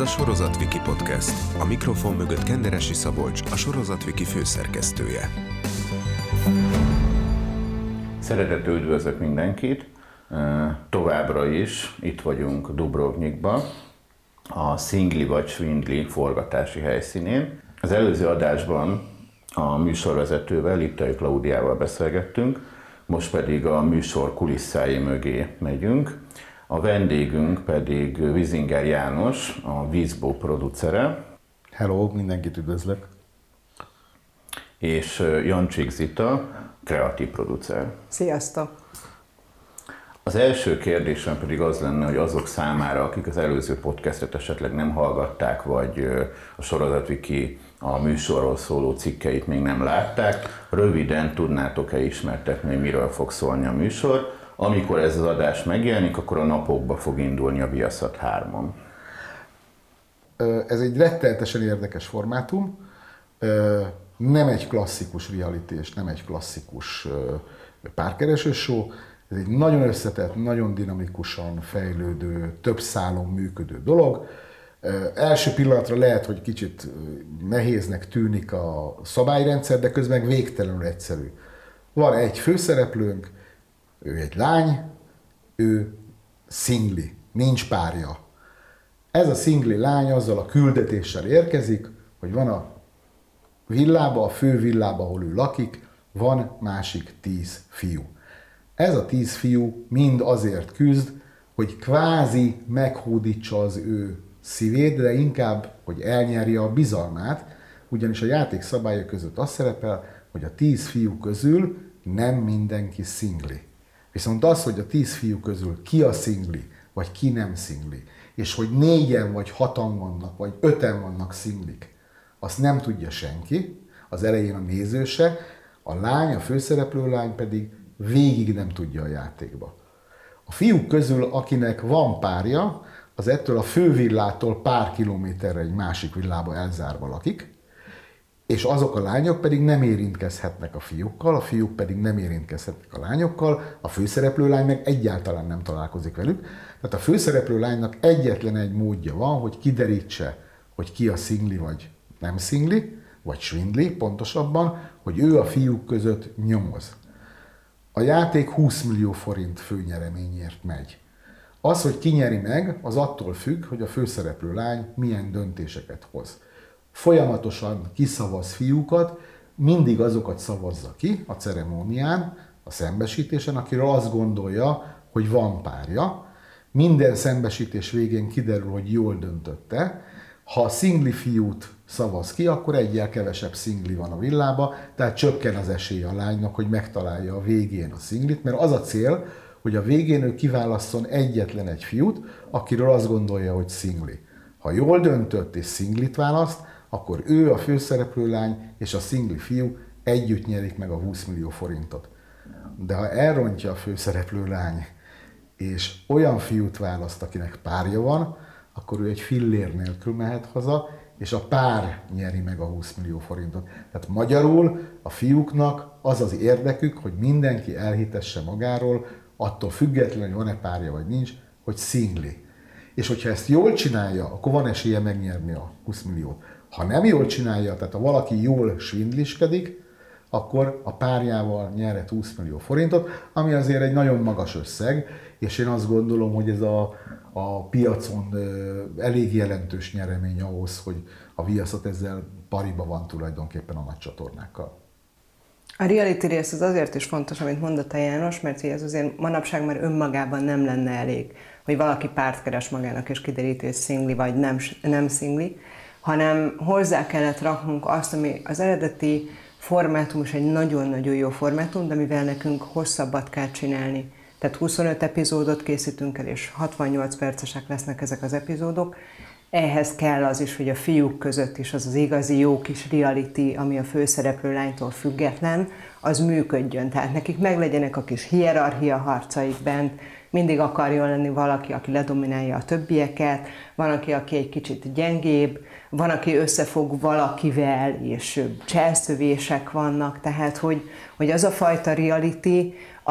Ez a Sorozatviki Podcast. A mikrofon mögött Kenderesi Szabolcs, a Sorozatviki főszerkesztője. Szeretettel üdvözlök mindenkit. Továbbra is itt vagyunk Dubrovnikban, a Szingli vagy Svindli forgatási helyszínén. Az előző adásban a műsorvezetővel, Liptai Klaudiával beszélgettünk, most pedig a műsor kulisszái mögé megyünk. A vendégünk pedig Vizinger János, a Vízbó producere. Hello, mindenkit üdvözlök. És Jancsik Zita, kreatív producer. Sziasztok! Az első kérdésem pedig az lenne, hogy azok számára, akik az előző podcastet esetleg nem hallgatták, vagy a Sorozatviki a műsorról szóló cikkeit még nem látták, röviden tudnátok-e ismertetni, hogy miről fog szólni a műsor. Amikor ez az adás megjelenik, akkor a napokba fog indulni a Viaszat 3-on. Ez egy rettenetesen érdekes formátum. Nem egy klasszikus reality és nem egy klasszikus párkeresős show. Ez egy nagyon összetett, nagyon dinamikusan fejlődő, több szálon működő dolog. Első pillanatra lehet, hogy kicsit nehéznek tűnik a szabályrendszer, de közben végtelenül egyszerű. Van egy főszereplőnk, ő egy lány, ő szingli, nincs párja. Ez a szingli lány azzal a küldetéssel érkezik, hogy van a villába, a fő villába, ahol ő lakik, van másik 10 fiú. Ez a 10 fiú mind azért küzd, hogy kvázi meghódítsa az ő szívét, de inkább, hogy elnyerje a bizalmát, ugyanis a játék szabályai között az szerepel, hogy a 10 fiú közül nem mindenki szingli. Viszont az, hogy a 10 fiú közül ki a szingli, vagy ki nem szingli, és hogy 4-en vagy 6-an vannak, vagy 5-en vannak szinglik, azt nem tudja senki, az elején a néző se, a lány, a főszereplő lány pedig végig nem tudja a játékba. A fiúk közül, akinek van párja, az ettől a fővillától pár kilométerre egy másik villába elzárva lakik, és azok a lányok pedig nem érintkezhetnek a fiúk pedig nem érintkezhetnek a lányokkal, a főszereplő lány meg egyáltalán nem találkozik velük. Tehát a főszereplő lánynak egyetlen egy módja van, hogy kiderítse, hogy ki a szingli vagy nem szingli, vagy svindli pontosabban, hogy ő a fiúk között nyomoz. A játék 20 millió forint főnyereményért megy. Az, hogy ki nyeri meg, az attól függ, hogy a főszereplő lány milyen döntéseket hoz. Folyamatosan kiszavaz fiúkat, mindig azokat szavazza ki a ceremónián, a szembesítésen, akiről azt gondolja, hogy van párja. Minden szembesítés végén kiderül, hogy jól döntötte. Ha a szingli fiút szavaz ki, akkor egyel kevesebb szingli van a villába, tehát csökken az esélye a lánynak, hogy megtalálja a végén a szinglit, mert az a cél, hogy a végén ő kiválasszon egyetlen egy fiút, akiről azt gondolja, hogy szingli. Ha jól döntött és szinglit választ, akkor ő, a főszereplő lány és a szingli fiú együtt nyerik meg a 20 millió forintot. De ha elrontja a főszereplő lány, és olyan fiút választ, akinek párja van, akkor ő egy fillér nélkül mehet haza, és a pár nyeri meg a 20 millió forintot. Tehát magyarul a fiúknak az az érdekük, hogy mindenki elhitesse magáról, attól függetlenül, hogy van-e párja vagy nincs, hogy szingli. És hogyha ezt jól csinálja, akkor van esélye megnyerni a 20 milliót. Ha nem jól csinálja, tehát ha valaki jól svindliskedik, akkor a párjával nyerhet 20 millió forintot, ami azért egy nagyon magas összeg, és én azt gondolom, hogy ez a piacon elég jelentős nyeremény ahhoz, hogy a Viaszat ezzel pariba van tulajdonképpen a nagy csatornákkal. A reality rész az azért is fontos, amit mondott a János, mert ez azért manapság már önmagában nem lenne elég, hogy valaki párt keres magának és kideríti, hogy szingli vagy nem szingli, hanem hozzá kellett raknunk azt, ami az eredeti formátum is egy nagyon-nagyon jó formátum, de mivel nekünk hosszabbat kell csinálni. Tehát 25 epizódot készítünk el, és 68 percesek lesznek ezek az epizódok. Ehhez kell az is, hogy a fiúk között is az igazi jó kis reality, ami a főszereplő lánytól független, az működjön. Tehát nekik meglegyenek a kis hierarchia harcaik bent, mindig akarjon lenni valaki, aki ledominálja a többieket, van aki egy kicsit gyengébb, van, aki összefog valakivel, és cselszövések vannak, tehát hogy az a fajta reality,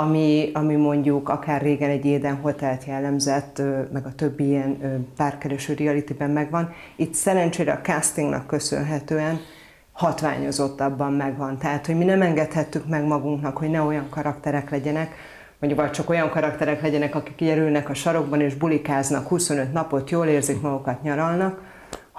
ami mondjuk akár régen egy Eden Hotelt jellemzett, meg a többi ilyen párkereső realityben megvan, itt szerencsére a castingnak köszönhetően hatványozottabban megvan. Tehát, hogy mi nem engedhettük meg magunknak, hogy ne olyan karakterek legyenek, vagy csak olyan karakterek legyenek, akik gyerülnek a sarokban és bulikáznak 25 napot, jól érzik magukat, nyaralnak,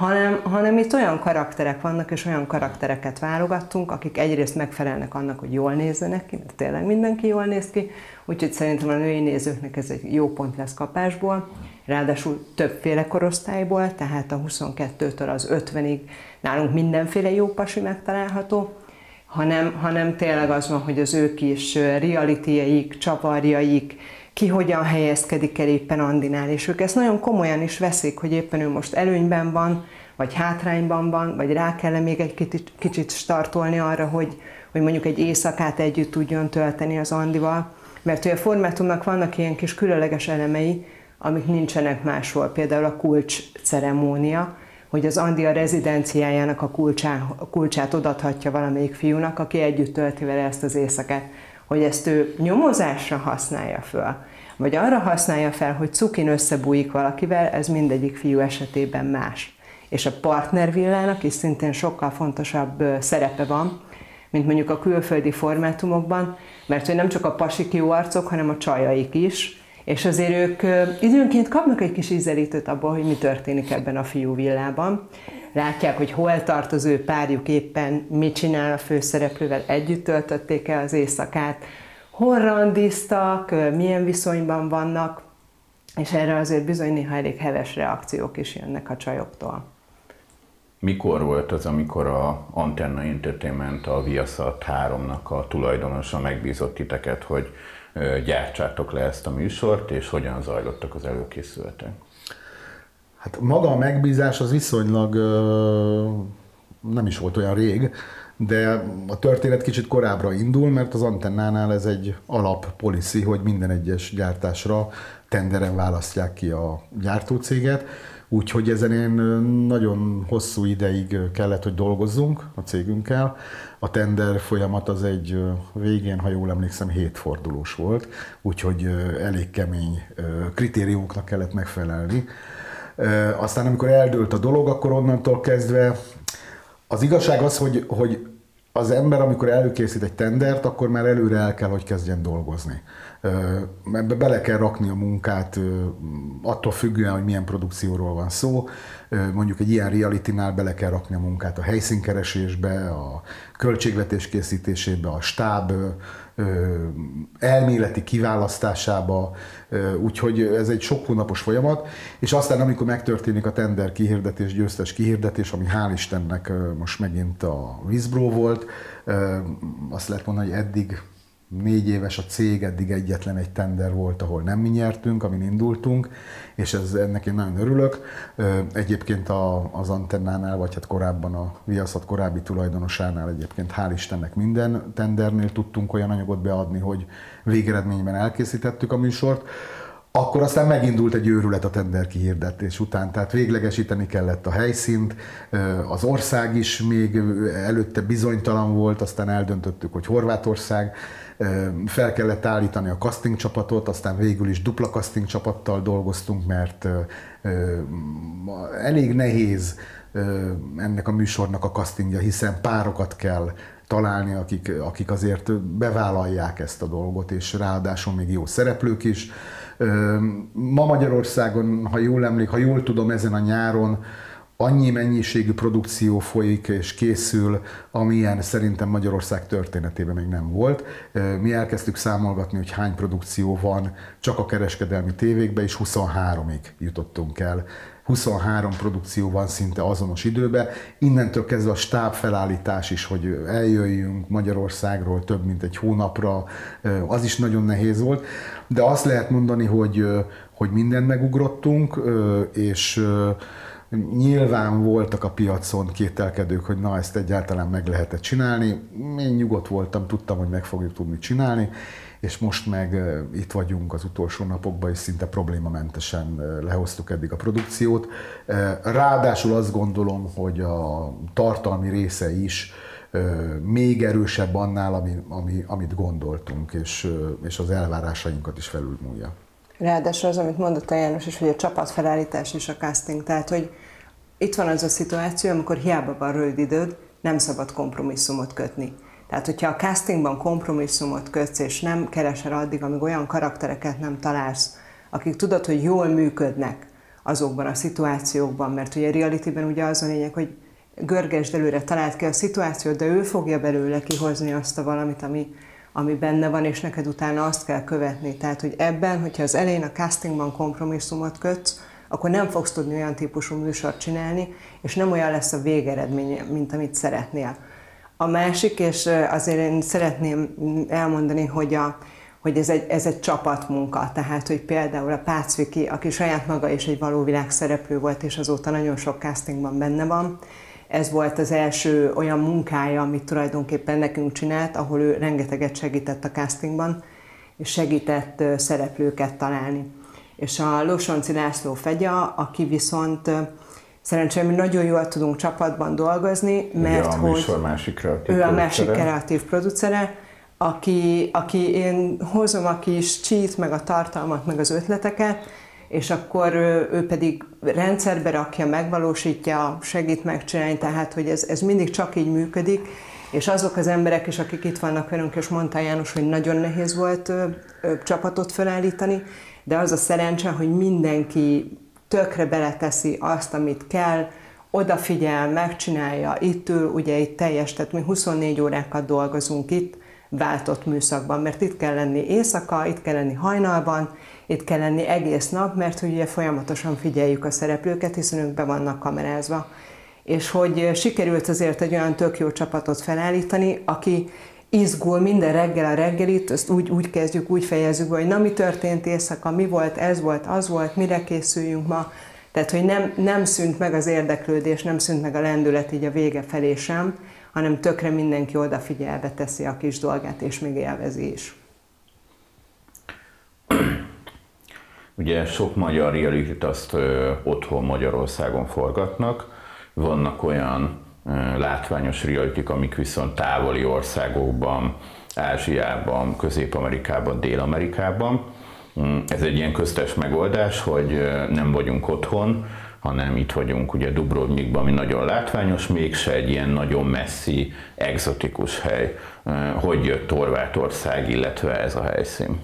hanem itt olyan karakterek vannak, és olyan karaktereket válogattunk, akik egyrészt megfelelnek annak, hogy jól nézzenek ki, mert tényleg mindenki jól néz ki, úgyhogy szerintem a női nézőknek ez egy jó pont lesz kapásból, ráadásul többféle korosztályból, tehát a 22-től az 50-ig nálunk mindenféle jó pasi megtalálható, hanem tényleg az van, hogy az ő kis realityjeik, csavarjaik, ki hogyan helyezkedik el éppen Andinál, és ők ezt nagyon komolyan is veszik, hogy éppen ő most előnyben van, vagy hátrányban van, vagy rá kell még egy kicsit startolni arra, hogy mondjuk egy éjszakát együtt tudjon tölteni az Andival, mert hogy a formátumnak vannak ilyen kis különleges elemei, amik nincsenek máshol, például a kulcs ceremónia, hogy az Andi a rezidenciájának a kulcsát odaadhatja valamelyik fiúnak, aki együtt tölti vele ezt az éjszakát, hogy ezt ő nyomozásra használja föl, vagy arra használja fel, hogy cukin összebújik valakivel, ez mindegyik fiú esetében más. És a partnervillának is szintén sokkal fontosabb szerepe van, mint mondjuk a külföldi formátumokban, mert hogy nem csak a pasik jó arcok, hanem a csajaik is, és azért ők időnként kapnak egy kis ízelítőt abból, hogy mi történik ebben a fiúvillában. Látják, hogy hol tart az ő párjuk éppen, mit csinál a főszereplővel, együtt töltötték el az éjszakát, hol randiztak, milyen viszonyban vannak, és erre azért bizony néha elég heves reakciók is jönnek a csajoktól. Mikor volt az, amikor a Antenna Entertainment, a Viaszat 3-nak a tulajdonosa megbízott titeket, hogy gyártsátok le ezt a műsort, és hogyan zajlottak az előkészületek? Hát maga a megbízás az viszonylag nem is volt olyan rég, de a történet kicsit korábbra indul, mert az Antennánál ez egy alappolicy, hogy minden egyes gyártásra tenderen választják ki a gyártócéget, úgyhogy ezen én nagyon hosszú ideig kellett, hogy dolgozzunk a cégünkkel. A tender folyamat az egy végén, ha jól emlékszem, 7 fordulós volt, úgyhogy elég kemény kritériumoknak kellett megfelelni. Aztán amikor eldőlt a dolog, akkor onnantól kezdve az igazság az, hogy az ember, amikor előkészít egy tendert, akkor már előre el kell, hogy kezdjen dolgozni. Ebbe bele kell rakni a munkát, attól függően, hogy milyen produkcióról van szó. Mondjuk egy ilyen realitynál bele kell rakni a munkát a helyszínkeresésbe, a költségvetés készítésébe, a stáb elméleti kiválasztásába, úgyhogy ez egy sok hónapos folyamat, és aztán amikor megtörténik a tender kihirdetés, győztes kihirdetés, ami hál' Istennek most megint a Wizbro volt, azt lehet mondani, hogy eddig 4 éves a cég, eddig egyetlen egy tender volt, ahol nem mi nyertünk, amin indultunk, és ennek én nagyon örülök. Egyébként az Antennánál, vagy hát korábban a Viaszat korábbi tulajdonosánál egyébként hál' Istennek minden tendernél tudtunk olyan anyagot beadni, hogy végeredményben elkészítettük a műsort. Akkor aztán megindult egy őrület a tender kihirdetés után, tehát véglegesíteni kellett a helyszínt, az ország is még előtte bizonytalan volt, aztán eldöntöttük, hogy Horvátország, fel kellett állítani a casting csapatot, aztán végül is dupla casting csapattal dolgoztunk, mert elég nehéz ennek a műsornak a castingja, hiszen párokat kell találni, akik azért bevállalják ezt a dolgot, és ráadásul még jó szereplők is. Ma Magyarországon, ha jól tudom, ezen a nyáron annyi mennyiségű produkció folyik és készül, amilyen szerintem Magyarország történetében még nem volt. Mi elkezdtük számolgatni, hogy hány produkció van csak a kereskedelmi tévékben, és 23-ig jutottunk el. 23 produkció van szinte azonos időben. Innentől kezdve a stáb felállítás is, hogy eljöjjünk Magyarországról több mint egy hónapra, az is nagyon nehéz volt. De azt lehet mondani, hogy mindent megugrottunk, és Nyilván voltak a piacon kételkedők, hogy na ezt egyáltalán meg lehet csinálni. Én nyugodt voltam, tudtam, hogy meg fogjuk tudni csinálni, és most meg itt vagyunk az utolsó napokban, és szinte problémamentesen lehoztuk eddig a produkciót. Ráadásul azt gondolom, hogy a tartalmi része is még erősebb annál, amit gondoltunk, és az elvárásainkat is felülmúlja. Ráadásul az, amit mondott a János is, hogy a csapatfelállítás is a casting, tehát hogy itt van az a szituáció, amikor hiába van rövid időd, nem szabad kompromisszumot kötni. Tehát, hogyha a castingban kompromisszumot kötsz, és nem keresel addig, amíg olyan karaktereket nem találsz, akik tudod, hogy jól működnek azokban a szituációkban, mert ugye realityben ugye az a lényeg, hogy görgesd előre, találd ki a szituációt, de ő fogja belőle kihozni azt a valamit, ami benne van, és neked utána azt kell követni. Tehát, hogy ebben, hogyha az elején a castingban kompromisszumot kötsz, akkor nem fogsz tudni olyan típusú műsort csinálni, és nem olyan lesz a végeredmény, mint amit szeretnél. A másik, és azért én szeretném elmondani, hogy ez egy csapatmunka, tehát, hogy például a Pácz Viki, aki saját maga is egy való világszereplő volt, és azóta nagyon sok castingban benne van, ez volt az első olyan munkája, amit tulajdonképpen nekünk csinált, ahol ő rengeteget segített a castingban, és segített szereplőket találni. És a Losonci László Fegya, aki viszont szerencsére mi nagyon jól tudunk csapatban dolgozni, mert ő a másik kreatív producere, aki én hozom a kis cheat, meg a tartalmat, meg az ötleteket, és akkor ő pedig rendszerbe rakja, megvalósítja, segít megcsinálni, tehát hogy ez mindig csak így működik, és azok az emberek is, akik itt vannak velünk, és mondta János, hogy nagyon nehéz volt csapatot felállítani, de az a szerencse, hogy mindenki tökre beleteszi azt, amit kell, odafigyel, megcsinálja, itt ül, ugye itt teljes, tehát mi 24 órákat dolgozunk itt, váltott műszakban, mert itt kell lenni éjszaka, itt kell lenni hajnalban, itt kell lenni egész nap, mert ugye folyamatosan figyeljük a szereplőket, hiszen ők be vannak kamerázva. És hogy sikerült azért egy olyan tök jó csapatot felállítani, aki izgul minden reggel a reggelit, ezt úgy kezdjük, úgy fejezzük, hogy na mi történt éjszaka, mi volt, ez volt, az volt, mire készüljünk ma. Tehát, hogy nem szűnt meg az érdeklődés, nem szűnt meg a lendület így a vége felé sem, hanem tökre mindenki odafigyelve teszi a kis dolgát, és még élvezi is. Ugye sok magyar realityt azt otthon Magyarországon forgatnak, vannak olyan látványos realityk, amik viszont távoli országokban, Ázsiában, Közép-Amerikában, Dél-Amerikában. Ez egy ilyen köztes megoldás, hogy nem vagyunk otthon, hanem itt vagyunk ugye Dubrovnikban, ami nagyon látványos, mégse egy ilyen nagyon messzi, egzotikus hely. Hogy jött Horvátország, illetve ez a helyszín?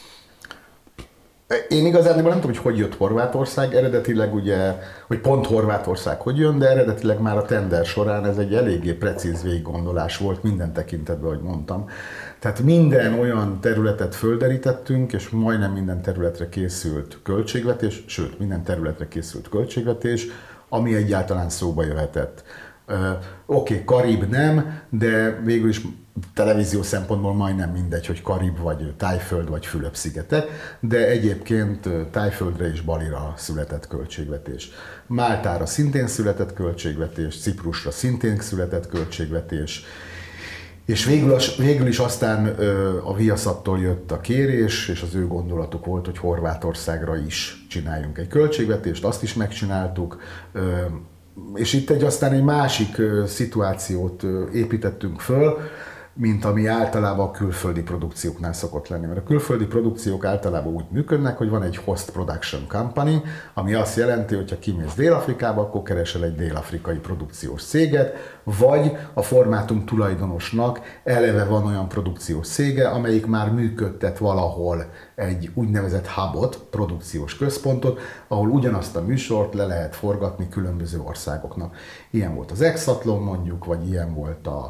Én igazán nem tudom, hogy jött Horvátország, eredetileg ugye, hogy pont Horvátország hogy jön, de eredetileg már a tender során ez egy eléggé precíz végiggondolás volt minden tekintetben, ahogy mondtam. Tehát minden olyan területet földerítettünk, és majdnem minden területre készült költségvetés, sőt, minden területre készült költségvetés, ami egyáltalán szóba jöhetett. Oké, Karib nem, de végül is televízió szempontból majdnem mindegy, hogy Karib, vagy Tájföld, vagy Fülöp-szigetek, de egyébként Tájföldre és Balira született költségvetés. Máltára szintén született költségvetés, Ciprusra szintén született költségvetés, és végül is aztán a Viaszattól jött a kérés, és az ő gondolatuk volt, hogy Horvátországra is csináljunk egy költségvetést, azt is megcsináltuk, és itt aztán egy másik szituációt építettünk föl, mint ami általában a külföldi produkcióknál szokott lenni. Mert a külföldi produkciók általában úgy működnek, hogy van egy host production company, ami azt jelenti, hogy ha kimész Dél-Afrikába, akkor keresel egy dél-afrikai produkciós céget, vagy a formátum tulajdonosnak eleve van olyan produkciós cége, amelyik már működtet valahol egy úgynevezett hubot, produkciós központot, ahol ugyanazt a műsort le lehet forgatni különböző országoknak. Ilyen volt az Exatlon mondjuk, vagy ilyen volt a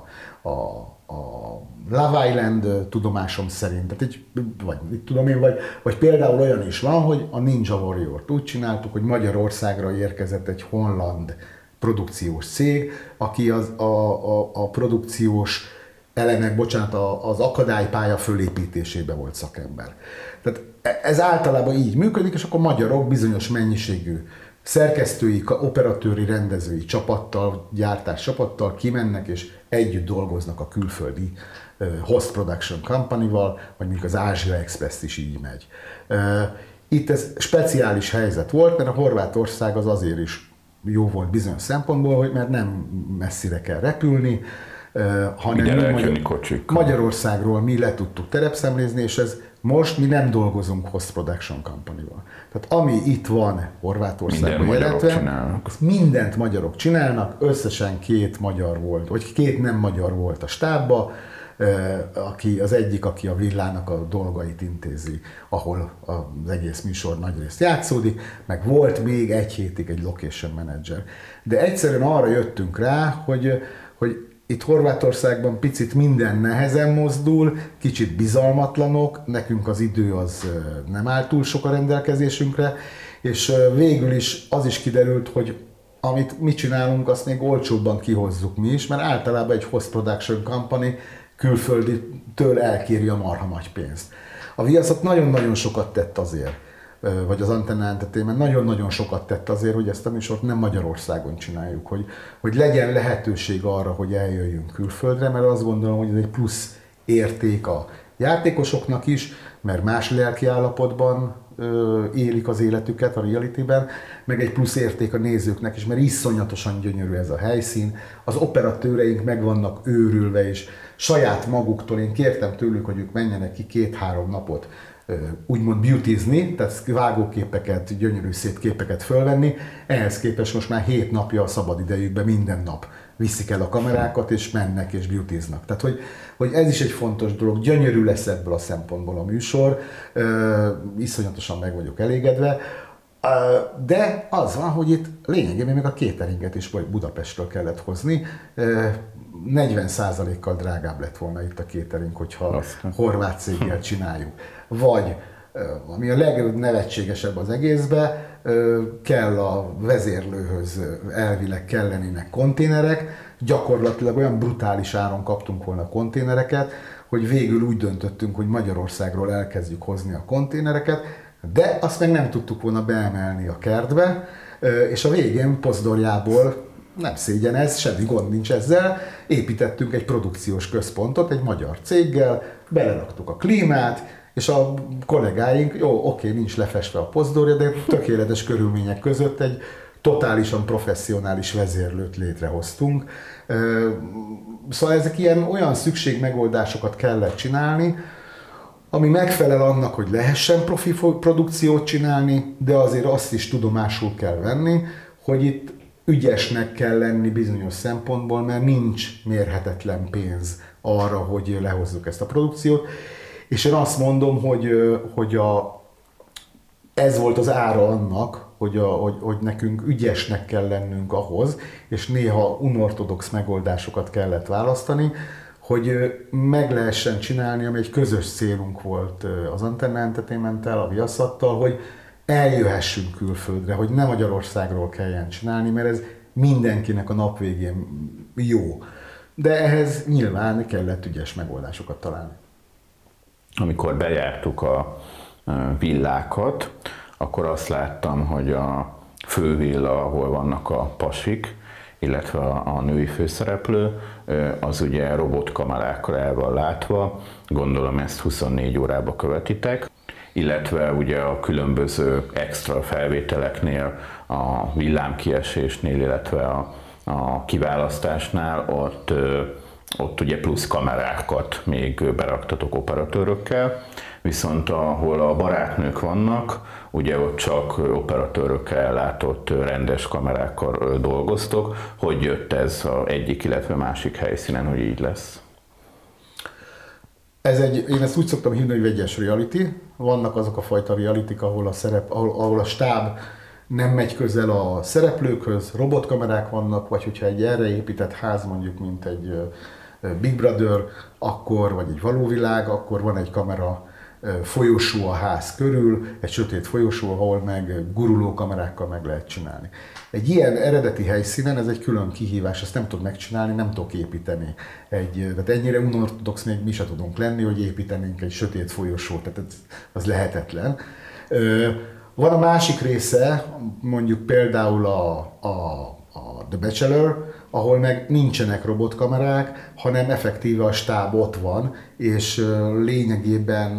Love Island tudomásom szerint, tehát vagy például olyan is van, hogy a Ninja Warrior-t úgy csináltuk, hogy Magyarországra érkezett egy holland produkciós cég, aki a produkciós elemek, az akadálypálya fölépítésébe volt szakember. Tehát ez általában így működik, és akkor magyarok bizonyos mennyiségű szerkesztői, operatőri, rendezői csapattal, gyártás csapattal kimennek és együtt dolgoznak a külföldi host production company-val, vagy mondjuk az Asia Express is így megy. Itt ez speciális helyzet volt, mert a Horvátország az azért is jó volt bizonyos szempontból, hogy mert nem messzire kell repülni, hanem Magyarországról mi le tudtuk terepszemlézni, és ez most mi nem dolgozunk host production company-val. Tehát ami itt van Horvátországban jelentve, mindent magyarok csinálnak, összesen 2 magyar volt, vagy 2 nem magyar volt a stábban, az egyik, aki a villának a dolgait intézi, ahol az egész műsor nagyrészt játszódik, meg volt még 1 hétig egy location manager. De egyszerűen arra jöttünk rá, hogy itt Horvátországban picit minden nehezen mozdul, kicsit bizalmatlanok, nekünk az idő az nem áll túl sok a rendelkezésünkre, és végül is az is kiderült, hogy amit mi csinálunk, azt még olcsóbban kihozzuk mi is, mert általában egy host production company külfölditől elkéri a marha nagy pénzt. A Viaszat nagyon-nagyon sokat tett azért, vagy az Antenna Entertainment nagyon-nagyon sokat tett azért, hogy ezt a műsort nem Magyarországon csináljuk, hogy legyen lehetőség arra, hogy eljöjjünk külföldre, mert azt gondolom, hogy ez egy plusz érték a játékosoknak is, mert más lelkiállapotban élik az életüket a realityben, meg egy plusz érték a nézőknek is, mert iszonyatosan gyönyörű ez a helyszín. Az operatőreink meg vannak őrülve, és saját maguktól én kértem tőlük, hogy ők menjenek ki 2-3 napot úgymond beautizni, tehát vágóképeket, gyönyörű szép képeket fölvenni. Ehhez képest most már 7 napja a szabadidejükben minden nap viszik el a kamerákat, és mennek és beautiznak. Tehát, hogy ez is egy fontos dolog, gyönyörű lesz ebből a szempontból a műsor, iszonyatosan meg vagyok elégedve, de az van, hogy itt lényegében még a cateringet is Budapestről kellett hozni, 40%-kal drágább lett volna itt a catering, hogyha horvát céggel csináljuk. Vagy, ami a legnevetségesebb az egészben, kell a vezérlőhöz elvileg kellenének konténerek, gyakorlatilag olyan brutális áron kaptunk volna konténereket, hogy végül úgy döntöttünk, hogy Magyarországról elkezdjük hozni a konténereket, de azt meg nem tudtuk volna beemelni a kertbe, és a végén Pozdorjából, nem szégyen ez, semmi gond nincs ezzel, építettünk egy produkciós központot egy magyar céggel, beleraktuk a klímát, és a kollégáink, jó, oké, nincs lefestve a Pozdorja, de tökéletes körülmények között egy totálisan professzionális vezérlőt létrehoztunk. Szóval ezek olyan szükségmegoldásokat kellett csinálni, ami megfelel annak, hogy lehessen profi produkciót csinálni, de azért azt is tudomásul kell venni, hogy itt ügyesnek kell lenni bizonyos szempontból, mert nincs mérhetetlen pénz arra, hogy lehozzuk ezt a produkciót. És én azt mondom, hogy ez volt az ára annak, hogy nekünk ügyesnek kell lennünk ahhoz, és néha unorthodox megoldásokat kellett választani, hogy meg lehessen csinálni, ami egy közös célunk volt az Antenna Entertainmenttel, a Viaszattal, hogy eljöhessünk külföldre, hogy nem Magyarországról kelljen csinálni, mert ez mindenkinek a nap végén jó. De ehhez nyilván kellett ügyes megoldásokat találni. Amikor bejártuk a villákat, akkor azt láttam, hogy a fővilla, ahol vannak a pasik, illetve a női főszereplő, az ugye robotkamerákkal el van látva, gondolom ezt 24 órába követitek, illetve ugye a különböző extra felvételeknél, a villámkiesésnél, illetve a kiválasztásnál ott ugye plusz kamerákat még beraktatok operatőrökkel, viszont ahol a barátnők vannak, ugye ott csak operatőrökkel ellátott rendes kamerákkal dolgoztok. Hogy jött ez az egyik, illetve másik helyszínen, hogy így lesz? Én ezt úgy szoktam hívni, hogy vegyes reality. Vannak azok a fajta realityk, ahol a stáb nem megy közel a szereplőkhöz, robotkamerák vannak, vagy hogyha egy erre épített ház, mondjuk mint egy Big Brother, akkor, vagy egy valóvilág, akkor van egy kamera folyosó a ház körül, egy sötét folyosó, ahol meg guruló kamerákkal meg lehet csinálni. Egy ilyen eredeti helyszínen ez egy külön kihívás, ezt nem tudod megcsinálni, nem tudok építeni. Tehát ennyire unorthodox még mi se tudunk lenni, hogy építenénk egy sötét folyosót, tehát az lehetetlen. Van a másik része, mondjuk például a The Bachelor, ahol meg nincsenek robotkamerák, hanem effektíve a stáb ott van, és lényegében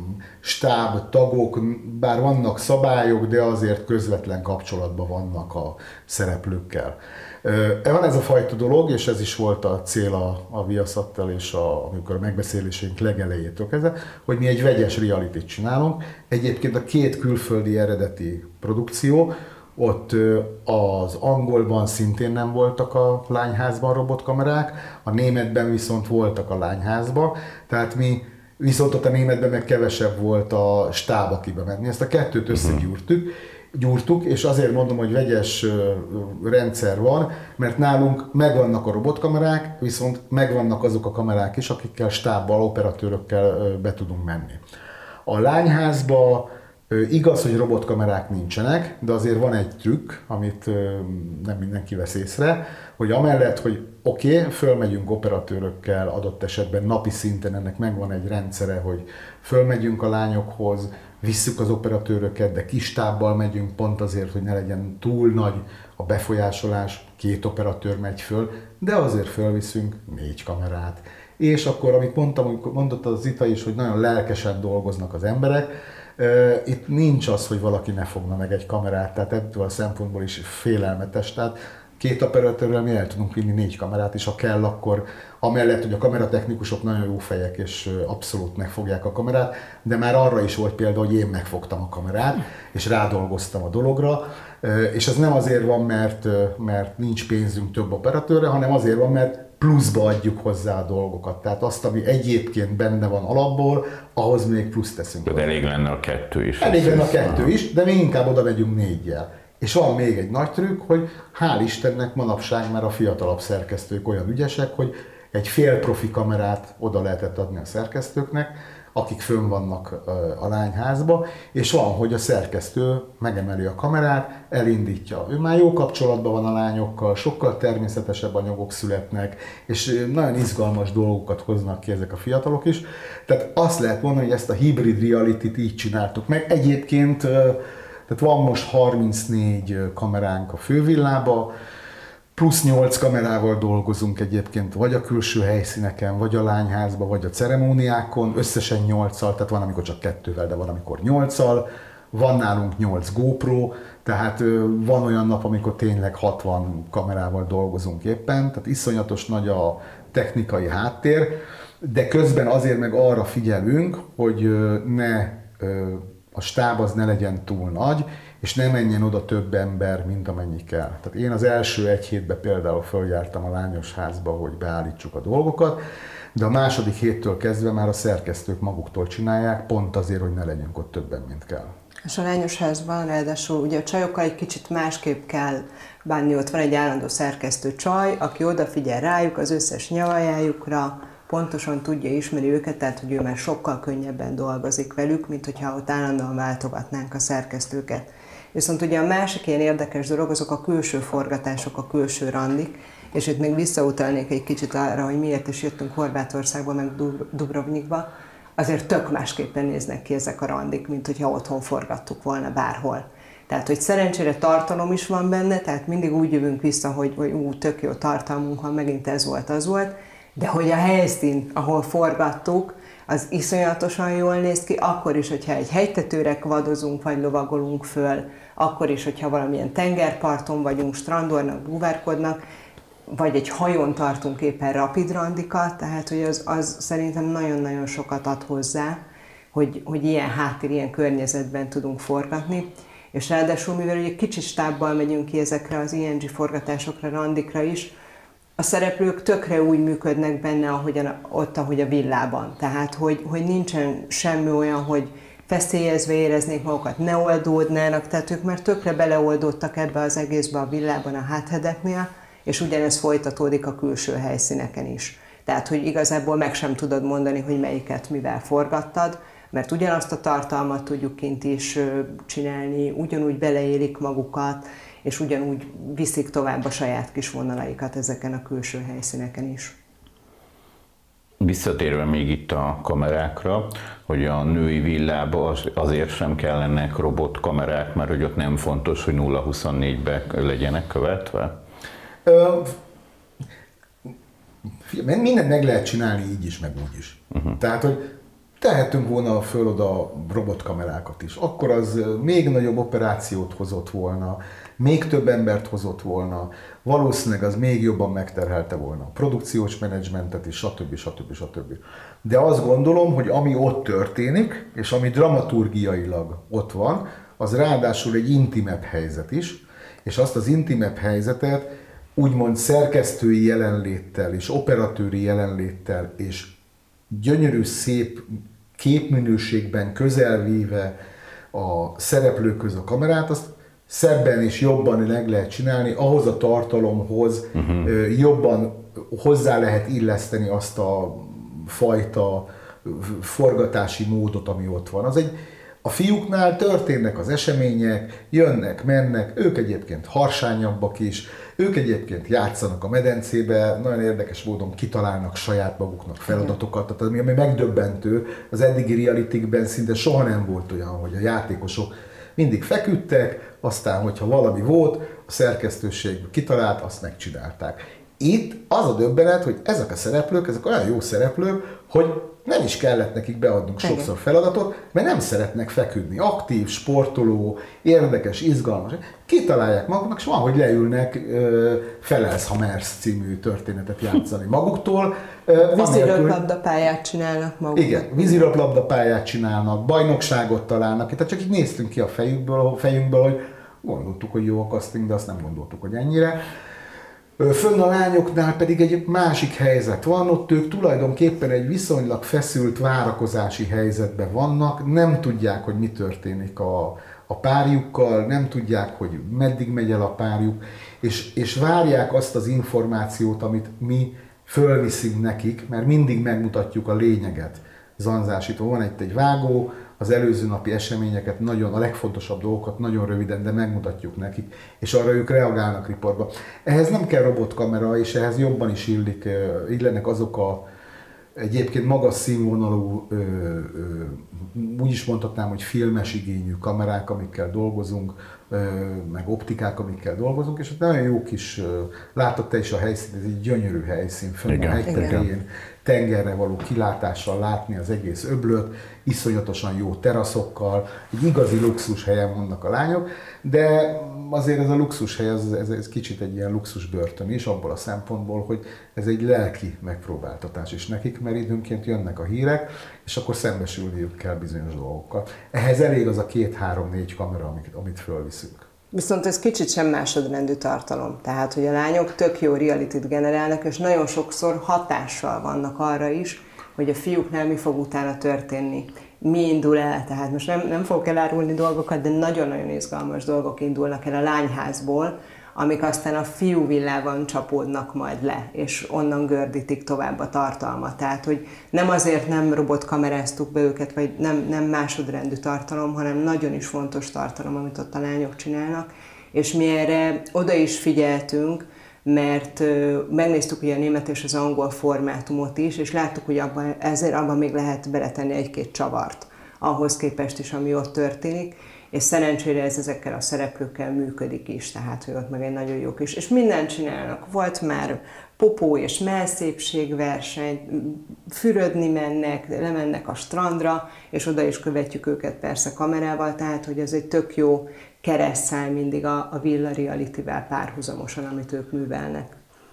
stáb tagok, bár vannak szabályok, de azért közvetlen kapcsolatban vannak a szereplőkkel. Van ez a fajta dolog, és ez is volt a cél a Viaszattal, és amikor a megbeszéléseink legelejétől kezdve, hogy mi egy vegyes realityt csinálunk. Egyébként a 2 külföldi eredeti produkció, ott az angolban szintén nem voltak a lányházban robotkamerák, a németben viszont voltak a lányházban, tehát mi viszont ott a németben meg kevesebb volt a stáb, akibe menni. Ezt a 2-t összegyúrtuk, és azért mondom, hogy vegyes rendszer van, mert nálunk megvannak a robotkamerák, viszont megvannak azok a kamerák is, akikkel stábbal, operatőrökkel be tudunk menni. A lányházba igaz, hogy robotkamerák nincsenek, de azért van egy trükk, amit nem mindenki vesz észre, hogy amellett, hogy fölmegyünk operatőrökkel, adott esetben napi szinten ennek megvan egy rendszere, hogy fölmegyünk a lányokhoz, visszük az operatőröket, de kis tábbal megyünk pont azért, hogy ne legyen túl nagy a befolyásolás, 2 operatőr megy föl, de azért fölviszünk 4 kamerát. És akkor, amit mondott az Zita is, hogy nagyon lelkesen dolgoznak az emberek, itt nincs az, hogy valaki ne fogna meg egy kamerát, tehát ebből a szempontból is félelmetes. Tehát 2 operatőrrel mi el tudunk vinni 4 kamerát, és ha kell, akkor amellett, hogy a kameratechnikusok nagyon jó fejek, és abszolút megfogják a kamerát, de már arra is volt példa, hogy én megfogtam a kamerát, és rádolgoztam a dologra, és ez nem azért van, mert nincs pénzünk több operatőrre, hanem azért van, mert pluszba adjuk hozzá a dolgokat. Tehát azt, ami egyébként benne van alapból, ahhoz még plusz teszünk. De elég lenne a 2 is. Elég lenne a 2 is, de mi inkább oda megyünk 4-jel. És van még egy nagy trükk, hogy hál' Istennek manapság már a fiatalabb szerkesztők olyan ügyesek, hogy egy fél profi kamerát oda lehetett adni a szerkesztőknek, akik fönn vannak a lányházba, és van, hogy a szerkesztő megemeli a kamerát, elindítja. Ő már jó kapcsolatban van a lányokkal, sokkal természetesebb anyagok születnek, és nagyon izgalmas dolgokat hoznak ki ezek a fiatalok is. Tehát azt lehet mondani, hogy ezt a hibrid reality-t így csináltuk meg. Egyébként tehát van most 34 kameránk a fővillába, plusz 8 kamerával dolgozunk egyébként, vagy a külső helyszíneken, vagy a lányházban, vagy a ceremóniákon, összesen 8-al, tehát van, amikor csak 2-vel, de van, amikor 8-al. Van nálunk 8 GoPro, tehát van olyan nap, amikor tényleg 60 kamerával dolgozunk éppen, tehát iszonyatos nagy a technikai háttér, de közben azért meg arra figyelünk, hogy a stáb az ne legyen túl nagy, és ne menjen oda több ember, mint amennyi kell. Tehát én az első 1 hétben például följártam a lányos házba, hogy beállítsuk a dolgokat, de a második héttől kezdve már a szerkesztők maguktól csinálják, pont azért, hogy ne legyünk ott többen, mint kell. És a lányos házban ráadásul ugye a csajokkal egy kicsit másképp kell bánni, ott van egy állandó szerkesztő csaj, aki odafigyel rájuk, az összes nyavajájukra, pontosan tudja, ismeri őket, tehát hogy ő már sokkal könnyebben dolgozik velük, mint hogyha ott állandóan váltogatnánk a szerkesztőket. Viszont ugye a másik ilyen érdekes dolog, azok a külső forgatások, a külső randik, és itt még visszautalnék egy kicsit arra, hogy miért is jöttünk Horvátországba, meg Dubrovnikba, azért tök másképpen néznek ki ezek a randik, mint hogyha otthon forgattuk volna bárhol. Tehát, hogy szerencsére tartalom is van benne, tehát mindig úgy jövünk vissza, hogy tök jó tartalmunk van, megint ez volt, az volt, de hogy a helyszín, ahol forgattuk, az iszonyatosan jól néz ki, akkor is, hogyha egy hegytetőre vadozunk, vagy lovagolunk föl, akkor is, hogyha valamilyen tengerparton vagyunk, strandolnak, búvárkodnak, vagy egy hajón tartunk éppen rapid randikat, tehát hogy az szerintem nagyon-nagyon sokat ad hozzá, hogy ilyen háttér, ilyen környezetben tudunk forgatni, és ráadásul, mivel ugye kicsi stábbal megyünk ki ezekre az ING forgatásokra, randikra is, a szereplők tökre úgy működnek benne, ahogy a villában. Tehát, hogy nincsen semmi olyan, hogy feszélyezve éreznék magukat, ne oldódnának, tehát ők már tökre beleoldódtak ebbe az egészbe a villában, a háthedeknél, és ugyanez folytatódik a külső helyszíneken is. Tehát, hogy igazából meg sem tudod mondani, hogy melyiket mivel forgattad, mert ugyanazt a tartalmat tudjuk kint is csinálni, ugyanúgy beleélik magukat, és ugyanúgy viszik tovább a saját kis vonalaikat ezeken a külső helyszíneken is. Visszatérve még itt a kamerákra, hogy a női villában azért sem kellenek robotkamerák, mert hogy ott nem fontos, hogy 0-24-be legyenek követve? Mindent meg lehet csinálni így is, meg úgy is. Tehát, hogy tehetünk volna föl oda robotkamerákat is. Akkor az még nagyobb operációt hozott volna, még több embert hozott volna, valószínűleg az még jobban megterhelte volna a produkciós menedzsmentet is, stb. De azt gondolom, hogy ami ott történik, és ami dramaturgiailag ott van, az ráadásul egy intimebb helyzet is, és azt az intimebb helyzetet úgymond szerkesztői jelenléttel, és operatőri jelenléttel, és gyönyörű, szép képminőségben közelvíve a szereplőköz a kamerát, azt szebben és jobban meg lehet csinálni, ahhoz a tartalomhoz jobban hozzá lehet illeszteni azt a fajta forgatási módot, ami ott van. A fiúknál történnek az események, jönnek, mennek, ők egyébként harsányabbak is, ők egyébként játszanak a medencébe, nagyon érdekes módon kitalálnak saját maguknak feladatokat, tehát ami megdöbbentő, az eddigi realitykben szinte soha nem volt olyan, hogy a játékosok mindig feküdtek, aztán, hogyha valami volt, a szerkesztőség kitalált, azt megcsinálták. Itt az a döbbenet, hogy ezek a szereplők, ezek olyan jó szereplők, hogy nem is kellett nekik beadnunk sokszor feladatot, mert nem szeretnek feküdni. Aktív, sportoló, érdekes, izgalmas. Kitalálják maguknak, és van, hogy leülnek Felelsz, ha mersz című történetet játszani maguktól. Vízilabdapályát csinálnak maguknak. Igen, vízilabdapályát csinálnak, bajnokságot találnak. Tehát csak így néztünk ki a fejünkből, hogy gondoltuk, hogy jó a casting, de azt nem gondoltuk, hogy ennyire. Fönn a lányoknál pedig egy másik helyzet van, ott ők tulajdonképpen egy viszonylag feszült várakozási helyzetben vannak, nem tudják, hogy mi történik a párjukkal, nem tudják, hogy meddig megy el a párjuk, és várják azt az információt, amit mi fölviszünk nekik, mert mindig megmutatjuk a lényeget zanzásítva. Van itt egy vágó, az előző napi eseményeket, a legfontosabb dolgokat nagyon röviden, de megmutatjuk nekik, és arra ők reagálnak riportba. Ehhez nem kell robotkamera, és ehhez jobban is illenek azok a egyébként magas színvonalú, úgy is mondhatnám, hogy filmes igényű kamerák, amikkel dolgozunk, meg optikák, amikkel dolgozunk, és ott nagyon jó kis, látod te is a helyszínt, ez egy gyönyörű helyszín, fönn a hegytetején, tengerre való kilátással látni az egész öblöt, iszonyatosan jó teraszokkal, egy igazi luxus helyen vannak a lányok, de azért ez a luxus hely, ez kicsit egy ilyen luxus börtön is, abból a szempontból, hogy ez egy lelki megpróbáltatás is nekik, mert időnként jönnek a hírek, és akkor szembesülniük kell bizonyos dolgokkal. Ehhez elég az a 2-3-4 kamera, amit fölviszünk. Viszont ez kicsit sem másodrendű tartalom. Tehát, hogy a lányok tök jó realityt generálnak, és nagyon sokszor hatással vannak arra is, hogy a fiúknál mi fog utána történni. Mi indul el, tehát most nem fogok elárulni dolgokat, de nagyon-nagyon izgalmas dolgok indulnak el a lányházból, amik aztán a fiúvillában csapódnak majd le, és onnan gördítik tovább a tartalmat. Tehát, hogy nem azért nem robotkameráztuk be őket, vagy nem másodrendű tartalom, hanem nagyon is fontos tartalom, amit ott a lányok csinálnak, és mi erre oda is figyeltünk, mert megnéztük ugye a német és az angol formátumot is, és láttuk, hogy abban még lehet beletenni egy-két csavart ahhoz képest is, ami ott történik, és szerencsére ez ezekkel a szereplőkkel működik is, tehát hogy ott meg egy nagyon jó kis, és mindent csinálnak. Volt már popó és mellszépségverseny, fürödni mennek, lemennek a strandra, és oda is követjük őket persze kamerával, tehát hogy ez egy tök jó keresztszál mindig a villa realityvel párhuzamosan, amit ők művelnek.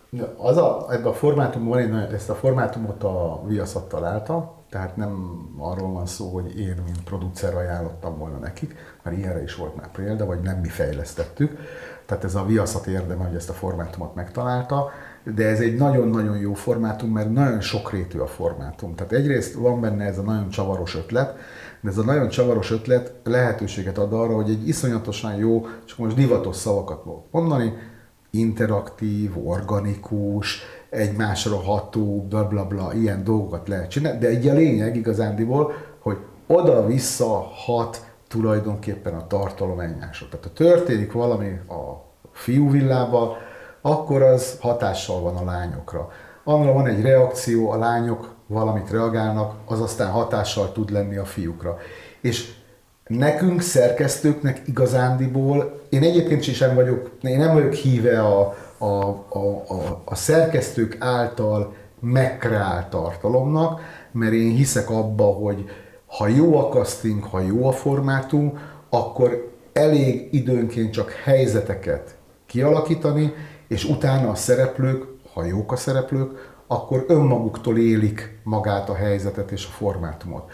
Ebben a formátumban ezt a formátumot a Viaszat találta, tehát nem arról van szó, hogy én, mint producer ajánlottam volna nekik, mert ilyenre is volt már példa, vagy nem mi fejlesztettük. Tehát ez a Viaszat érdeme, hogy ezt a formátumot megtalálta, de ez egy nagyon-nagyon jó formátum, mert nagyon sokrétű a formátum. Tehát egyrészt van benne ez a nagyon csavaros ötlet, de ez a nagyon csavaros ötlet lehetőséget ad arra, hogy egy iszonyatosan jó, csak most divatos szavakat mondani, interaktív, organikus, egymásra ható, blablabla, ilyen dolgokat lehet csinálni, de egy a lényeg igazándiból, hogy oda-vissza hat tulajdonképpen a tartalom egymásra. Tehát ha történik valami a fiúvillában, akkor az hatással van a lányokra. Anna van egy reakció, a lányok valamit reagálnak, az aztán hatással tud lenni a fiúkra. És nekünk, szerkesztőknek igazándiból, én egyébként sem vagyok, én nem vagyok híve a szerkesztők által megkreált tartalomnak, mert én hiszek abba, hogy ha jó a casting, ha jó a formátum, akkor elég időnként csak helyzeteket kialakítani, és utána a szereplők, ha jók a szereplők, akkor önmaguktól élik magát a helyzetet és a formátumot.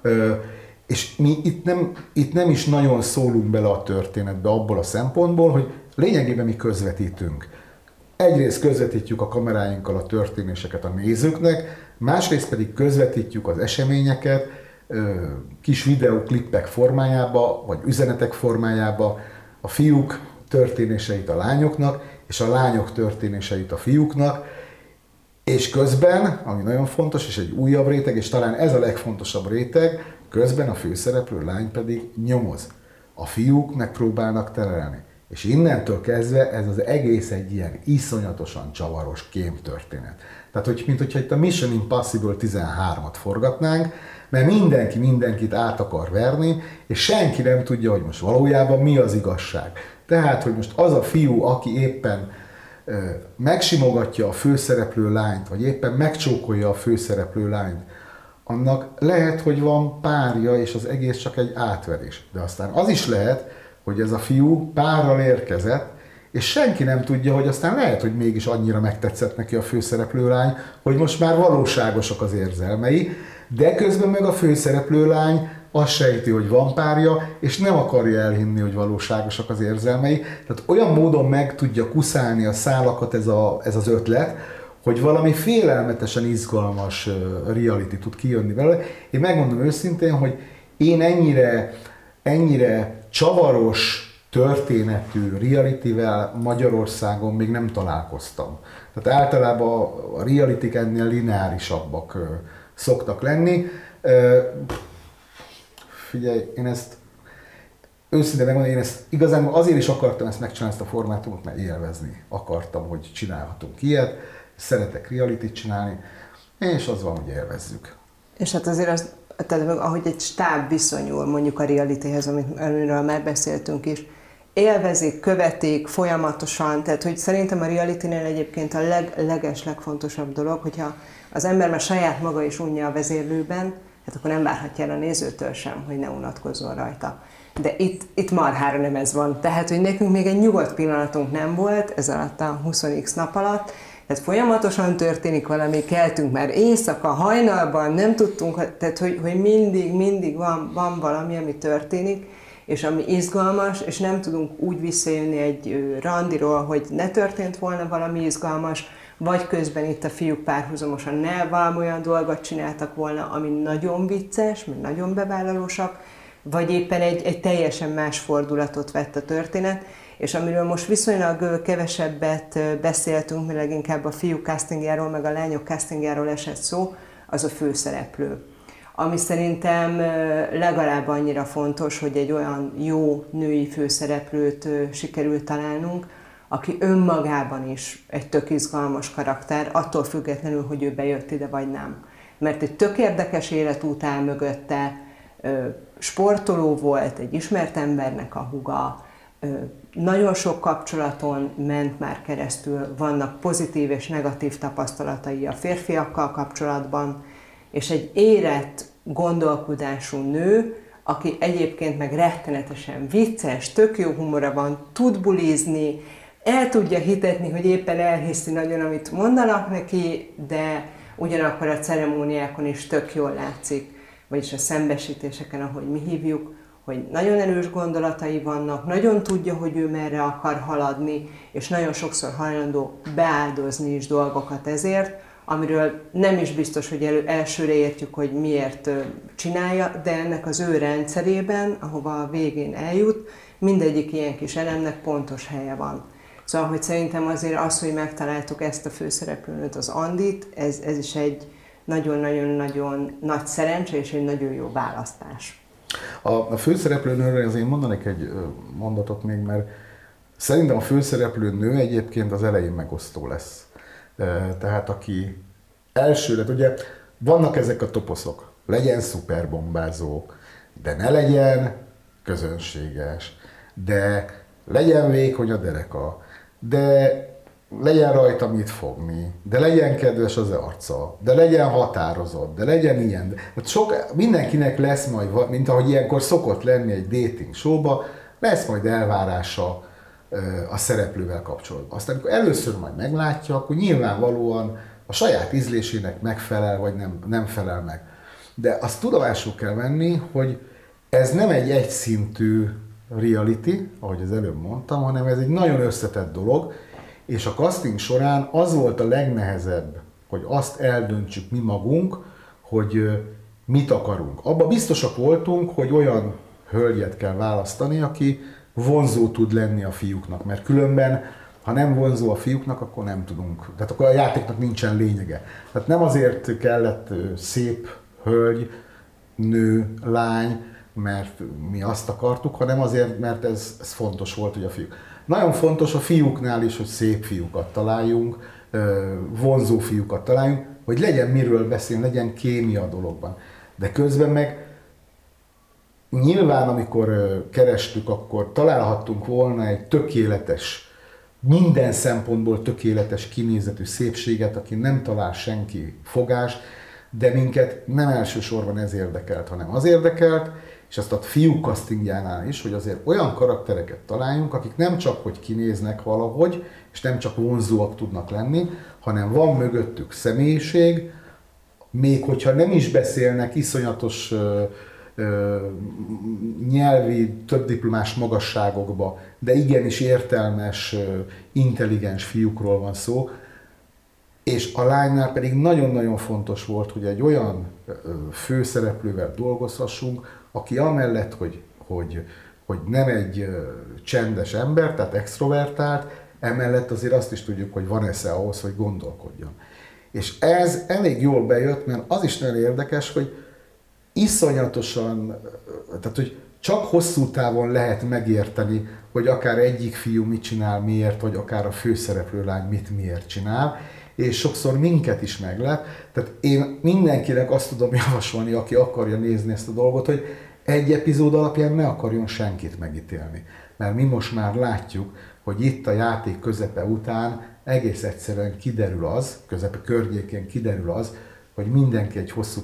És mi itt nem is nagyon szólunk bele a történetbe abból a szempontból, hogy lényegében mi közvetítünk. Egyrészt közvetítjük a kameráinkkal a történéseket a nézőknek, másrészt pedig közvetítjük az eseményeket kis videóklippek formájába, vagy üzenetek formájába, a fiúk történéseit a lányoknak, és a lányok történéseit a fiúknak, és közben, ami nagyon fontos, és egy újabb réteg, és talán ez a legfontosabb réteg, közben a főszereplő lány pedig nyomoz. A fiúk megpróbálnak terelni. És innentől kezdve ez az egész egy ilyen iszonyatosan csavaros kémtörténet. Tehát, mint hogyha itt a Mission Impossible 13-at forgatnánk, mert mindenki mindenkit át akar verni, és senki nem tudja, hogy most valójában mi az igazság. Tehát, hogy most az a fiú, aki éppen megsimogatja a főszereplő lányt, vagy éppen megcsókolja a főszereplő lányt, annak lehet, hogy van párja, és az egész csak egy átverés. De aztán az is lehet, hogy ez a fiú párral érkezett, és senki nem tudja, hogy aztán lehet, hogy mégis annyira megtetszett neki a főszereplő lány, hogy most már valóságosak az érzelmei, de közben meg a főszereplő lány azt sejti, hogy van párja, és nem akarja elhinni, hogy valóságosak az érzelmei. Tehát olyan módon meg tudja kuszálni a szálakat ez az ötlet, hogy valami félelmetesen izgalmas reality tud kijönni belőle. Én megmondom őszintén, hogy én ennyire csavaros történetű realityvel Magyarországon még nem találkoztam. Tehát általában a realityk ennél lineárisabbak szoktak lenni. Figyelj, én ezt őszintén megmondom, én ezt igazán azért is akartam ezt megcsinálni, ezt a formátumot, mert élvezni akartam, hogy csinálhatunk ilyet, szeretek realityt csinálni, és az van, hogy élvezzük. És hát azért tehát ahogy egy stáb viszonyul mondjuk a realityhez, amiről már beszéltünk is, élvezik, követik folyamatosan, tehát hogy szerintem a realitynél egyébként a legfontosabb dolog, hogyha az ember már saját maga is unja a vezérlőben, hát akkor nem várhatja el a nézőtől sem, hogy ne unatkozzon rajta. De itt marhára nem ez van. Tehát, hogy nekünk még egy nyugodt pillanatunk nem volt ez alatt a 20x nap alatt, tehát folyamatosan történik valami, keltünk már éjszaka, hajnalban, nem tudtunk, tehát hogy mindig van valami, ami történik, és ami izgalmas, és nem tudunk úgy visszajönni egy randiról, hogy ne történt volna valami izgalmas, vagy közben itt a fiúk párhuzamosan ne valami olyan dolgot csináltak volna, ami nagyon vicces, meg nagyon bevállalósak, vagy éppen egy teljesen más fordulatot vett a történet, és amiről most viszonylag kevesebbet beszéltünk, mert leginkább a fiúk castingjáról, meg a lányok castingjáról esett szó, az a főszereplő. Ami szerintem legalább annyira fontos, hogy egy olyan jó női főszereplőt sikerült találnunk, aki önmagában is egy tök izgalmas karakter, attól függetlenül, hogy ő bejött ide vagy nem. Mert egy tök érdekes életút áll mögötte, sportoló volt, egy ismert embernek a húga, nagyon sok kapcsolaton ment már keresztül, vannak pozitív és negatív tapasztalatai a férfiakkal kapcsolatban, és egy érett gondolkodású nő, aki egyébként meg rettenetesen vicces, tök jó humora van, tud bulizni, el tudja hitetni, hogy éppen elhiszi nagyon, amit mondanak neki, de ugyanakkor a ceremóniákon is tök jól látszik, vagyis a szembesítéseken, ahogy mi hívjuk, hogy nagyon erős gondolatai vannak, nagyon tudja, hogy ő merre akar haladni, és nagyon sokszor hajlandó beáldozni is dolgokat ezért, amiről nem is biztos, hogy elsőre értjük, hogy miért csinálja, de ennek az ő rendszerében, ahova a végén eljut, mindegyik ilyen kis elemnek pontos helye van. Szóval, hogy szerintem azért az, hogy megtaláltuk ezt a főszereplőnőt, az Andit, ez is egy nagyon-nagyon-nagyon nagy szerencse és egy nagyon jó választás. A főszereplőnőről azért mondanék egy mondatot még, mert szerintem a főszereplőnő egyébként az elején megosztó lesz. Tehát aki elsőre, ugye vannak ezek a toposzok, legyen szuperbombázó, de ne legyen közönséges, de legyen vékony a dereka, de legyen rajta mit fogni, de legyen kedves az arca, de legyen határozott, de legyen ilyen. Mindenkinek lesz majd, mint ahogy ilyenkor szokott lenni egy dating showba, lesz majd elvárása a szereplővel kapcsolatban. Aztán, amikor először majd meglátja, akkor nyilvánvalóan a saját ízlésének megfelel, vagy nem felel meg. De azt tudomásul kell venni, hogy ez nem egy egyszintű reality, ahogy az előbb mondtam, hanem ez egy nagyon összetett dolog, és a casting során az volt a legnehezebb, hogy azt eldöntsük mi magunk, hogy mit akarunk. Abba biztosak voltunk, hogy olyan hölgyet kell választani, aki vonzó tud lenni a fiúknak, mert különben, ha nem vonzó a fiúknak, akkor nem tudunk. Tehát akkor a játéknak nincsen lényege. Tehát nem azért kellett szép hölgy, nő, lány, mert mi azt akartuk, hanem azért, mert ez fontos volt, hogy a fiúk. Nagyon fontos a fiúknál is, hogy szép fiúkat találjunk, vonzó fiúkat találjunk, hogy legyen miről beszélni, legyen kémia a dologban. De közben meg nyilván, amikor kerestük, akkor találhattunk volna egy tökéletes, minden szempontból tökéletes kinézetű szépséget, aki nem talál senki fogást, de minket nem elsősorban ez érdekelt, hanem az érdekelt, és azt a fiúk castingjánál is, hogy azért olyan karaktereket találjunk, akik nem csak hogy kinéznek valahogy, és nem csak vonzóak tudnak lenni, hanem van mögöttük személyiség, még hogyha nem is beszélnek iszonyatos nyelvi, többdiplomás magasságokba, de igenis értelmes, intelligens fiúkról van szó, és a lánynál pedig nagyon-nagyon fontos volt, hogy egy olyan főszereplővel dolgozhassunk, aki amellett, hogy nem egy csendes ember, tehát extrovertált, emellett azért azt is tudjuk, hogy van esze ahhoz, hogy gondolkodjon. És ez elég jól bejött, mert az is nagyon érdekes, hogy iszonyatosan, tehát hogy csak hosszú távon lehet megérteni, hogy akár egyik fiú mit csinál, miért, vagy akár a főszereplő lány miért csinál, és sokszor minket is meglep. Tehát én mindenkinek azt tudom javasolni, aki akarja nézni ezt a dolgot, hogy egy epizód alapján ne akarjon senkit megítélni. Mert mi most már látjuk, hogy itt a játék közepe után egész egyszerűen kiderül az, közepe környékén kiderül az, hogy mindenki egy hosszú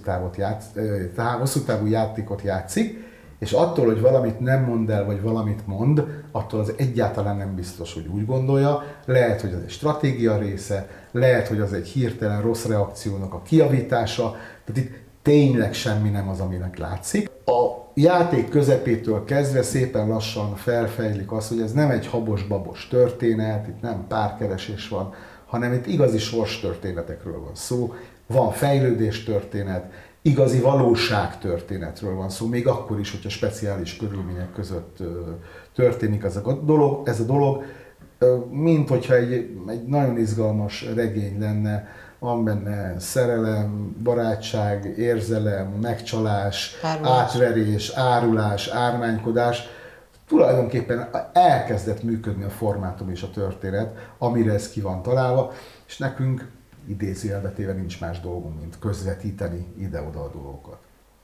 távú játékot játszik, és attól, hogy valamit nem mond el, vagy valamit mond, attól az egyáltalán nem biztos, hogy úgy gondolja. Lehet, hogy az egy stratégia része, lehet, hogy az egy hirtelen rossz reakciónak a kijavítása, tehát itt tényleg semmi nem az, aminek látszik. A játék közepétől kezdve szépen lassan felfejlik az, hogy ez nem egy habos-babos történet, itt nem párkeresés van, hanem itt igazi sorstörténetekről van szó, van fejlődés történet, igazi valóságtörténetről van szó, még akkor is, hogyha speciális körülmények között történik ez a dolog, mint hogyha egy nagyon izgalmas regény lenne, van benne szerelem, barátság, érzelem, megcsalás, átverés, árulás, ármánykodás. Tulajdonképpen elkezdett működni a formátum és a történet, amire ez ki van találva, és nekünk idézőjelbetéve nincs más dolgunk, mint közvetíteni ide-oda a dolgokat.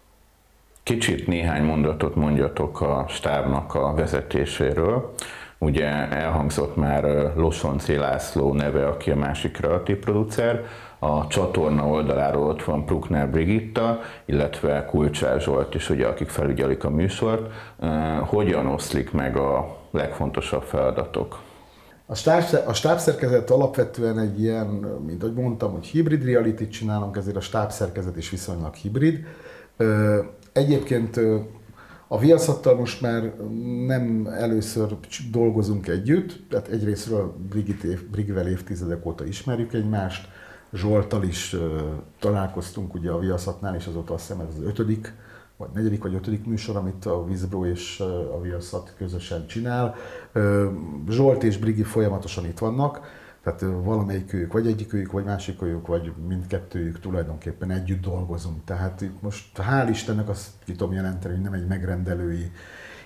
Kicsit néhány mondatot mondjatok a stábnak a vezetéséről. Ugye elhangzott már Losonczy László neve, aki a másik kreatív producer. A csatorna oldaláról ott van Bruckner Brigitta, illetve Kulcsár Zsolt is, ugye, akik felügyelik a műsort. Hogyan oszlik meg a legfontosabb feladatok? A stábszerkezet alapvetően egy ilyen, mint ahogy mondtam, hogy hibrid reality-t csinálunk, ezért a stábszerkezet is viszonylag hibrid. Egyébként a Viaszattal most már nem először dolgozunk együtt, tehát egyrésztről Brigivel évtizedek óta ismerjük egymást, Zsolttal is találkoztunk ugye a Viaszatnál, és azóta azt hiszem ez az 5. vagy 4. vagy 5. műsor, amit a Vizbro és a Viaszat közösen csinál. Zsolt és Brigi folyamatosan itt vannak, tehát valamelyikőjük, vagy egyikőjük, vagy másikőjük, vagy mindkettőjük tulajdonképpen együtt dolgozunk. Tehát itt most hál' Istennek azt ki tudom jelenteni, hogy nem egy megrendelői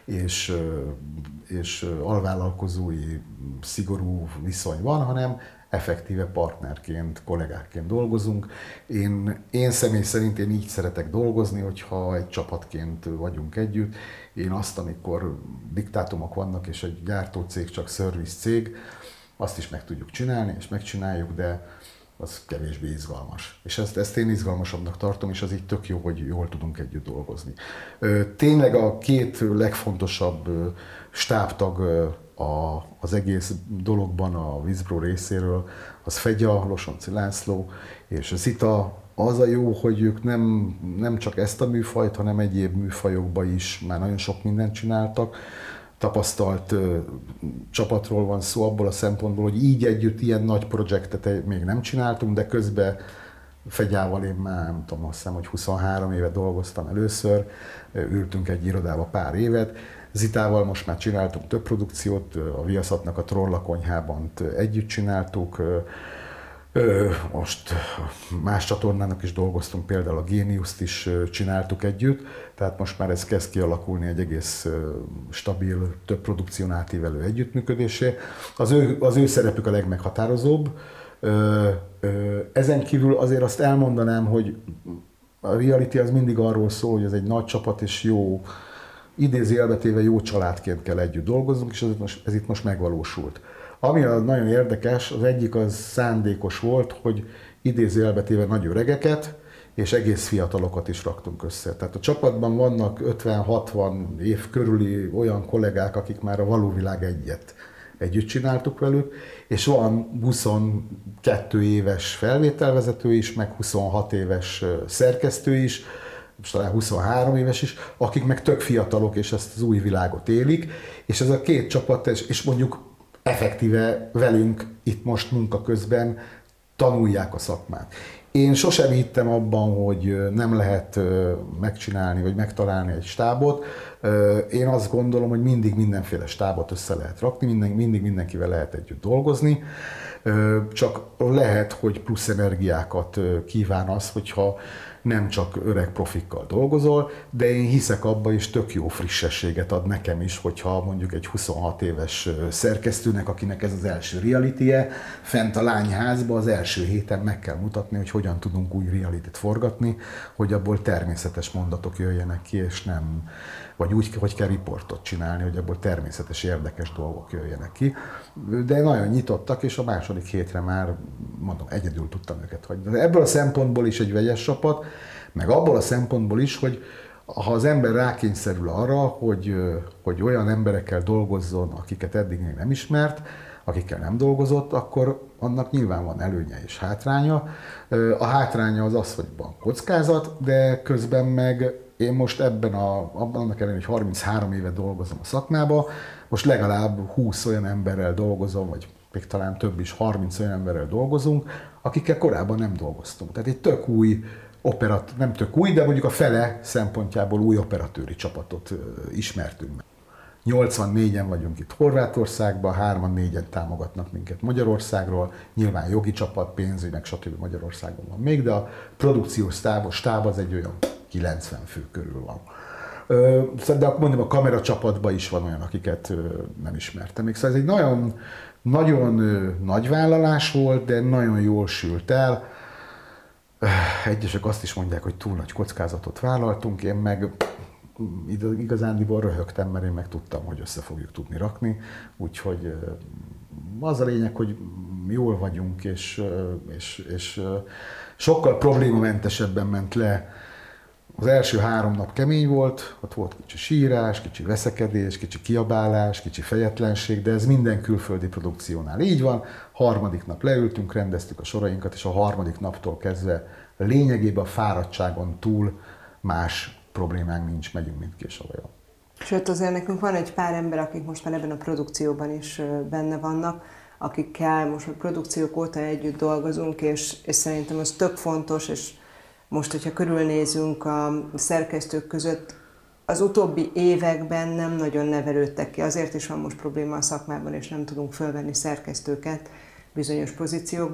és alvállalkozói szigorú viszony van, hanem effektíve partnerként, kollégákként dolgozunk. Én személy szerint így szeretek dolgozni, hogyha egy csapatként vagyunk együtt. Én azt, amikor diktátumok vannak, és egy gyártócég csak szerviz cég, azt is meg tudjuk csinálni, és megcsináljuk, de az kevésbé izgalmas. És ezt én izgalmasabbnak tartom, és az így tök jó, hogy jól tudunk együtt dolgozni. Tényleg a két legfontosabb stábtag az egész dologban a Wizpro részéről, az Fegya, Losonczy László és Zita. Az a jó, hogy ők nem csak ezt a műfajt, hanem egyéb műfajokban is már nagyon sok mindent csináltak. Tapasztalt csapatról van szó abból a szempontból, hogy így együtt ilyen nagy projektet még nem csináltunk, de közben Fegyával én már nem tudom, azt hiszem, hogy 23 éve dolgoztam először, ültünk egy irodába pár évet. Zitával most már csináltunk több produkciót, a Viaszatnak a Trollakonyhában együtt csináltuk, most más csatornának is dolgoztunk, például a Géniuszt is csináltuk együtt, tehát most már ez kezd kialakulni egy egész stabil, több produkción átívelő együttműködésé. Az ő szerepük a legmeghatározóbb. Ezen kívül azért azt elmondanám, hogy a reality az mindig arról szól, hogy ez egy nagy csapat és jó, idézőjelbetéve jó családként kell együtt dolgoznunk, és ez itt most megvalósult. Ami nagyon érdekes, az egyik az szándékos volt, hogy idézőjelbetéve nagy öregeket és egész fiatalokat is raktunk össze. Tehát a csapatban vannak 50-60 év körüli olyan kollégák, akik már a való világ együtt csináltuk velük, és van 22 éves felvételvezető is, meg 26 éves szerkesztő is, most talán 23 éves is, akik meg tök fiatalok, és ezt az új világot élik, és ez a két csapat, és mondjuk effektíve velünk itt most munka közben tanulják a szakmát. Én sosem hittem abban, hogy nem lehet megcsinálni, vagy megtalálni egy stábot. Én azt gondolom, hogy mindig mindenféle stábot össze lehet rakni, mindig mindenkivel lehet együtt dolgozni. Csak lehet, hogy plusz energiákat kíván az, hogyha nem csak öreg profikkal dolgozol, de én hiszek abba, és tök jó frissességet ad nekem is, hogyha mondjuk egy 26 éves szerkesztőnek, akinek ez az első reality-je, fent a lányházba az első héten meg kell mutatni, hogy hogyan tudunk új realityt forgatni, hogy abból természetes mondatok jöjjenek ki, és nem, vagy úgy, hogy kell riportot csinálni, hogy abból természetes, érdekes dolgok jöjjenek ki. De nagyon nyitottak, és a második hétre már, mondom, egyedül tudtam őket hagyni. De ebből a szempontból is egy vegyes csapat, meg abból a szempontból is, hogy ha az ember rákényszerül arra, hogy olyan emberekkel dolgozzon, akiket eddig még nem ismert, akikkel nem dolgozott, akkor annak nyilván van előnye és hátránya. A hátránya az, hogy van kockázat, de közben meg én most annak ellenére, hogy 33 éve dolgozom a szakmába, most legalább 20 olyan emberrel dolgozom, vagy még talán több is, 30 olyan emberrel dolgozunk, akikkel korábban nem dolgoztunk. Tehát egy tök új nem tök új, de mondjuk a fele szempontjából új operatőri csapatot ismertünk meg. 84-en vagyunk itt Horvátországban, 3-4-en támogatnak minket Magyarországról, nyilván jogi csapat, pénzügy, meg stb. Magyarországon van még, de a produkciós stáb az egy olyan 90 fő körül van. De mondom, a kameracsapatban is van olyan, akiket nem ismertem még. Szóval ez egy nagyon, nagyon nagy vállalás volt, de nagyon jól sült el. Egyesek azt is mondják, hogy túl nagy kockázatot vállaltunk, én meg igazándiból röhögtem, mert én meg tudtam, hogy össze fogjuk tudni rakni. Úgyhogy az a lényeg, hogy jól vagyunk, és sokkal problémamentesebben ment le. Az első 3 nap kemény volt, ott volt kicsi sírás, kicsi veszekedés, kicsi kiabálás, kicsi fejetlenség, de ez minden külföldi produkciónál így van. Harmadik nap leültünk, rendeztük a sorainkat, és a harmadik naptól kezdve lényegében a fáradtságon túl más problémánk nincs, megyünk mint kés a vajon. Sőt, azért nekünk van egy pár ember, akik most már ebben a produkcióban is benne vannak, akikkel most a produkciók óta együtt dolgozunk, és szerintem az tök fontos, és most, hogyha körülnézünk a szerkesztők között, az utóbbi években nem nagyon nevelődtek ki. Azért is van most probléma a szakmában, és nem tudunk fölvenni szerkesztőket bizonyos pozíciókba,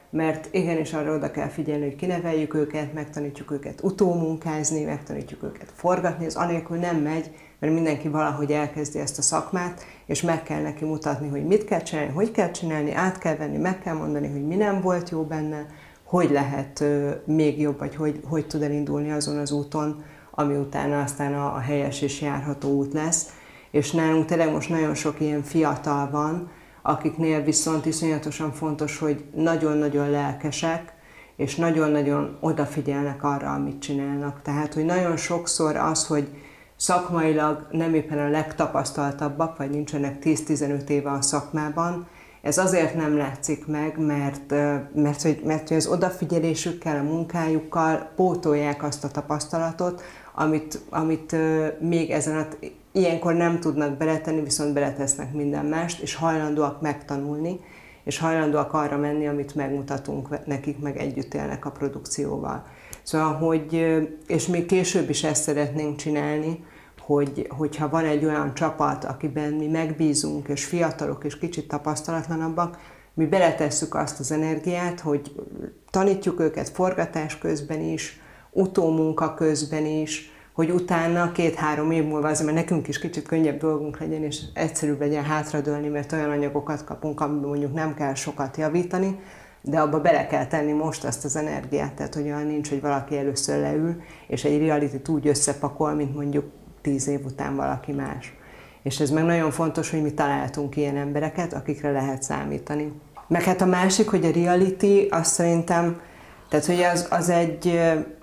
mert igenis arra oda kell figyelni, hogy kineveljük őket, megtanítjuk őket utómunkázni, megtanítjuk őket forgatni, ez anélkül nem megy, mert mindenki valahogy elkezdi ezt a szakmát, és meg kell neki mutatni, hogy mit kell csinálni, hogy kell csinálni, át kell venni, meg kell mondani, hogy mi nem volt jó benne, hogy lehet még jobb, vagy hogy tud elindulni azon az úton, ami utána aztán a helyes és járható út lesz. És nálunk tényleg most nagyon sok ilyen fiatal van, akiknél viszont iszonyatosan fontos, hogy nagyon-nagyon lelkesek, és nagyon-nagyon odafigyelnek arra, amit csinálnak. Tehát, hogy nagyon sokszor az, hogy szakmailag nem éppen a legtapasztaltabbak, vagy nincsenek 10-15 éve a szakmában, ez azért nem látszik meg, mert hogy az odafigyelésükkel, a munkájukkal pótolják azt a tapasztalatot, amit még ilyenkor nem tudnak beletenni, viszont beletesznek minden mást, és hajlandóak megtanulni, és hajlandóak arra menni, amit megmutatunk nekik, meg együtt élnek a produkcióval. Szóval, és még később is ezt szeretnénk csinálni, hogyha van egy olyan csapat, akiben mi megbízunk, és fiatalok, és kicsit tapasztalatlanabbak, mi beletesszük azt az energiát, hogy tanítjuk őket forgatás közben is, utómunka közben is, hogy utána 2-3 év múlva azért, mert nekünk is kicsit könnyebb dolgunk legyen, és egyszerűbb legyen hátradőlni, mert olyan anyagokat kapunk, amiben mondjuk nem kell sokat javítani, de abba bele kell tenni most azt az energiát, tehát hogy olyan nincs, hogy valaki először leül, és egy realityt úgy összepakol, mint mondjuk 10 év után valaki más. És ez meg nagyon fontos, hogy mi találtunk ilyen embereket, akikre lehet számítani. Meg hát a másik, hogy a reality, azt szerintem, tehát hogy az egy...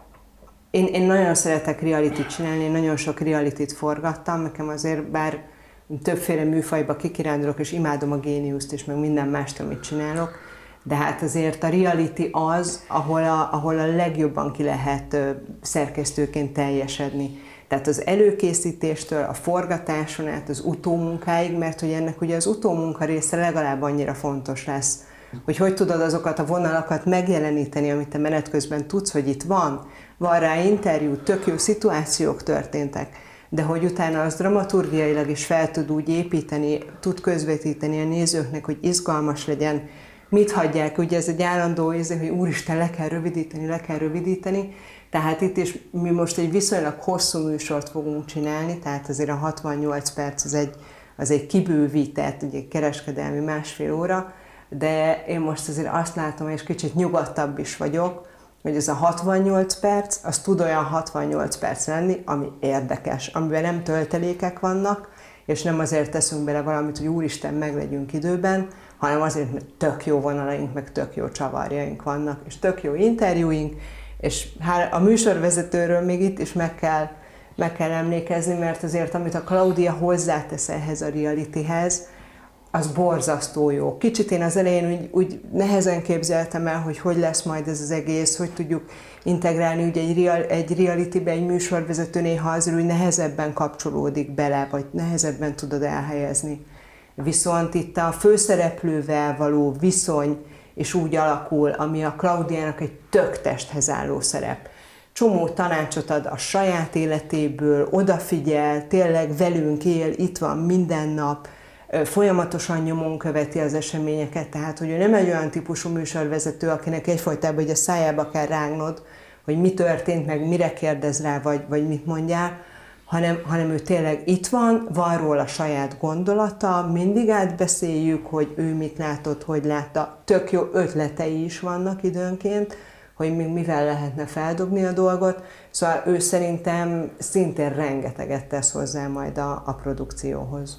Én nagyon szeretek realityt csinálni, én nagyon sok realityt forgattam, nekem azért bár többféle műfajba kikirándulok, és imádom a géniuszt is, meg minden mást, amit csinálok, de hát azért a reality az, ahol a legjobban ki lehet szerkesztőként teljesedni. Tehát az előkészítéstől, a forgatáson át, az utómunkáig, mert hogy ennek ugye az utómunka része legalább annyira fontos lesz, hogy tudod azokat a vonalakat megjeleníteni, amit te menet közben tudsz, hogy itt van rá interjú, tök jó szituációk történtek, de hogy utána az dramaturgiailag is fel tud úgy építeni, tud közvetíteni a nézőknek, hogy izgalmas legyen, mit hagyják, ugye ez egy állandó hogy úristen, le kell rövidíteni, tehát itt is mi most egy viszonylag hosszú műsort fogunk csinálni, tehát azért a 68 perc az egy kibővített, ugye kereskedelmi 1,5 óra, de én most azért azt látom, és kicsit nyugodtabb is vagyok, hogy ez a 68 perc, az tud olyan 68 perc lenni, ami érdekes, amiben nem töltelékek vannak, és nem azért teszünk bele valamit, hogy úristen, meglegyünk időben, hanem azért, mert tök jó vonalaink, meg tök jó csavarjaink vannak, és tök jó interjúink, és a műsorvezetőről még itt is meg kell emlékezni, mert azért, amit a Claudia hozzátesz ehhez a realityhez, az borzasztó jó. Kicsit én az elején úgy nehezen képzeltem el, hogy lesz majd ez az egész, hogy tudjuk integrálni, ugye egy realitybe egy műsorvezető néha azért úgy nehezebben kapcsolódik bele, vagy nehezebben tudod elhelyezni. Viszont itt a főszereplővel való viszony is úgy alakul, ami a Claudiának egy tök testhez álló szerep. Csomó tanácsot ad a saját életéből, odafigyel, tényleg velünk él, itt van minden nap, folyamatosan nyomon követi az eseményeket, tehát hogy ő nem egy olyan típusú műsorvezető, akinek egyfolytában hogy a szájába kell rágnod, hogy mi történt, meg mire kérdez rá, vagy mit mondjál, hanem ő tényleg itt van róla saját gondolata, mindig átbeszéljük, hogy ő mit látott, hogy látta, tök jó ötletei is vannak időnként, hogy még mivel lehetne feldobni a dolgot, szóval ő szerintem szintén rengeteget tesz hozzá majd a produkcióhoz.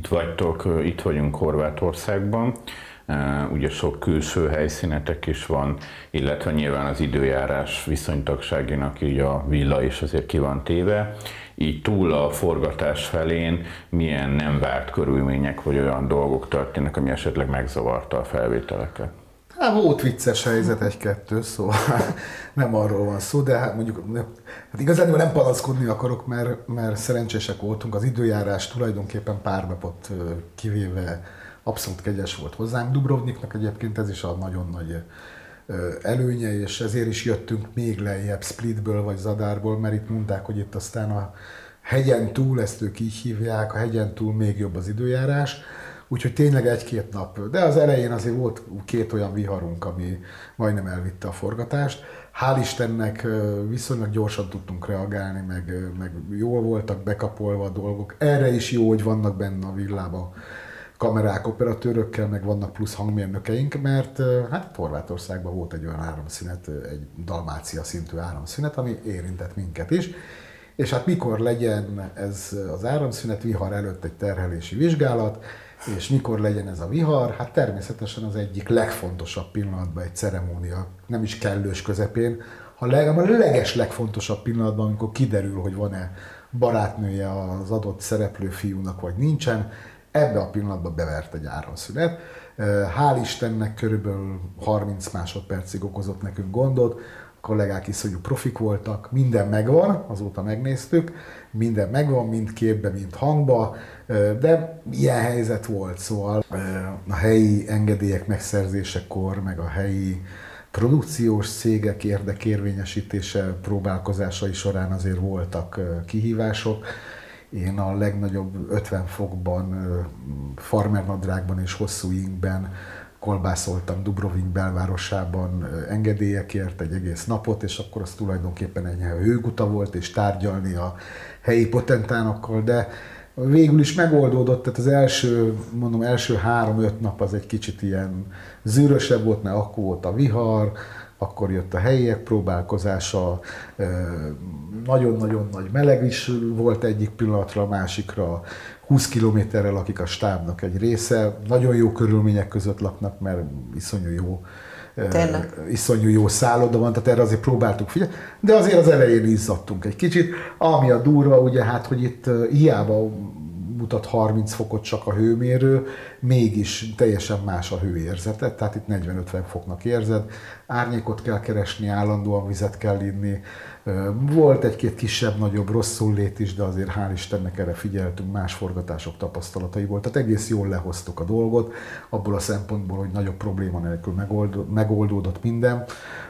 Itt vagyunk Horvátországban, ugye sok külső helyszínetek is van, illetve nyilván az időjárás viszonytagságinak így a villa is azért ki van téve. Így túl a forgatás felén milyen nem várt körülmények vagy olyan dolgok történnek, ami esetleg megzavarta a felvételeket? Hát volt vicces helyzet egy-kettő, szóval nem arról van szó, de hát mondjuk igazán nem panaszkodni akarok, mert szerencsések voltunk, az időjárás tulajdonképpen pár napot kivéve abszolút kegyes volt hozzánk. Dubrovniknak egyébként ez is a nagyon nagy előnye, és ezért is jöttünk még lejjebb Splitből vagy Zadárból, mert itt mondták, hogy itt aztán a hegyen túl, ezt ők így hívják, a hegyen túl még jobb az időjárás. úgyhogy tényleg 1-2 nap. De az elején azért volt 2 olyan viharunk, ami majdnem elvitte a forgatást. Hál' Istennek viszonylag gyorsan tudtunk reagálni, meg jól voltak bekapolva a dolgok. Erre is jó, hogy vannak benne a villában kamerák, operatőrökkel, meg vannak plusz hangmérnökeink, mert hát Horvátországban volt egy olyan áramszünet, egy Dalmácia szintű áramszünet, ami érintett minket is. És hát mikor legyen ez az áramszünet, vihar előtt egy terhelési vizsgálat, és mikor legyen ez a vihar, hát természetesen az egyik legfontosabb pillanatban egy ceremónia, nem is kellős közepén, hanem a legfontosabb pillanatban, amikor kiderül, hogy van-e barátnője az adott szereplő fiúnak, vagy nincsen, ebbe a pillanatban bevert egy áramszünet. Hál' Istennek körülbelül 30 másodpercig okozott nekünk gondot, a kollégák iszonyú profik voltak, minden megvan, azóta megnéztük, minden megvan, mind képbe, mind hangba, de ilyen helyzet volt, szóval a helyi engedélyek megszerzésekor, meg a helyi produkciós cégek érdekérvényesítése próbálkozásai során azért voltak kihívások. Én a legnagyobb 50 fokban, farmernadrágban és hosszú ingben kolbászoltam Dubrovnik belvárosában engedélyekért egy egész napot, és akkor az tulajdonképpen egy hőguta volt, és tárgyalni a helyi potentánokkal, de végül is megoldódott, tehát az első 3-5 nap az egy kicsit ilyen zűrösebb volt, mert akkor volt a vihar, akkor jött a helyiek próbálkozása, nagyon-nagyon nagy meleg is volt egyik pillanatra a másikra, 20 kilométerrel lakik a stábnak egy része, nagyon jó körülmények között laknak, mert iszonyú jó szálloda van, tehát erre azért próbáltuk figyelni, de azért az elején izzadtunk egy kicsit, ami a durva, ugye hát, hogy itt hiába mutat 30 fokot csak a hőmérő, mégis teljesen más a hőérzete, tehát itt 40-50 foknak érzed, árnyékot kell keresni, állandóan vizet kell inni, volt egy-két kisebb-nagyobb rosszul-lét is, de azért hál' Istennek erre figyeltünk, más forgatások tapasztalatai volt, tehát egész jól lehoztuk a dolgot, abból a szempontból, hogy nagyobb probléma nélkül megoldódott minden.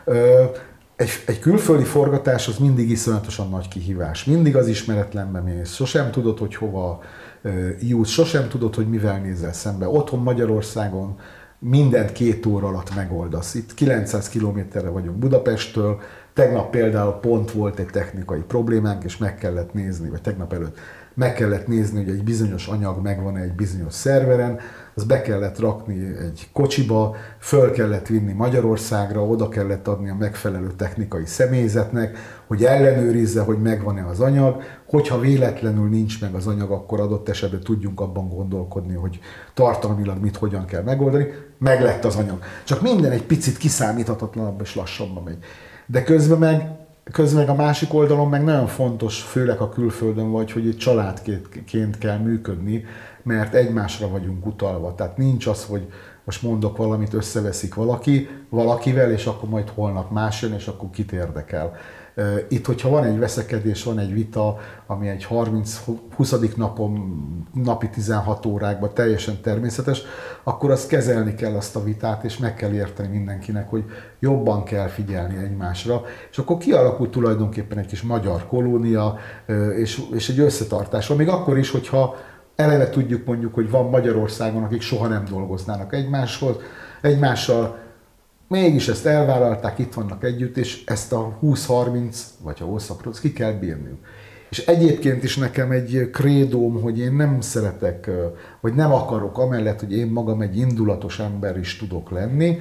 Egy külföldi forgatás az mindig iszonyatosan nagy kihívás. Mindig az ismeretlenbe mész, sosem tudod, hogy hova jutsz, sosem tudod, hogy mivel nézel szembe. Otthon Magyarországon mindent 2 óra alatt megoldasz. Itt 900 kilométerre vagyunk Budapesttől, tegnap például pont volt egy technikai problémánk, és meg kellett nézni, vagy tegnap előtt meg kellett nézni, hogy egy bizonyos anyag megvan egy bizonyos szerveren, azt be kellett rakni egy kocsiba, föl kellett vinni Magyarországra, oda kellett adni a megfelelő technikai személyzetnek, hogy ellenőrizze, hogy megvan-e az anyag. Hogyha véletlenül nincs meg az anyag, akkor adott esetben tudjunk abban gondolkodni, hogy tartalmilag mit, hogyan kell megoldani. Meg lett az anyag. Csak minden egy picit kiszámíthatatlanabb és lassabban megy. De közben meg a másik oldalon meg nagyon fontos, főleg a külföldön vagy, hogy egy családként kell működni, mert egymásra vagyunk utalva. Tehát nincs az, hogy most mondok valamit, összeveszik valakivel, és akkor majd holnap más jön, és akkor kit érdekel. Itt, hogyha van egy veszekedés, van egy vita, ami egy 30-20. napon, napi 16 órákban teljesen természetes, akkor azt kezelni kell azt a vitát, és meg kell érteni mindenkinek, hogy jobban kell figyelni egymásra, és akkor kialakult tulajdonképpen egy kis magyar kolónia, és egy összetartás. Még akkor is, hogyha eleve tudjuk mondjuk, hogy van Magyarországon, akik soha nem dolgoznának egymással, mégis ezt elvállalták, itt vannak együtt, és ezt a 20-30, vagy ha hosszabb, ki kell bírni. És egyébként is nekem egy krédóm, hogy én nem szeretek, vagy nem akarok amellett, hogy én magam egy indulatos ember is tudok lenni,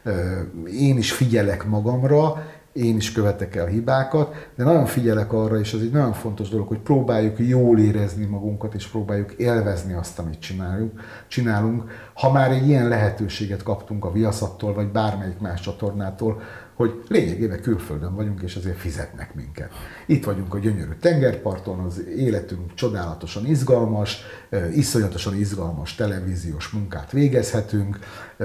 én is figyelek magamra, én is követek el hibákat, de nagyon figyelek arra, és ez egy nagyon fontos dolog, hogy próbáljuk jól érezni magunkat, és próbáljuk élvezni azt, amit csinálunk. Ha már egy ilyen lehetőséget kaptunk a Viaszattól, vagy bármelyik más csatornától, hogy lényegében külföldön vagyunk, és azért fizetnek minket. Itt vagyunk a gyönyörű tengerparton, az életünk csodálatosan izgalmas, iszonyatosan izgalmas televíziós munkát végezhetünk,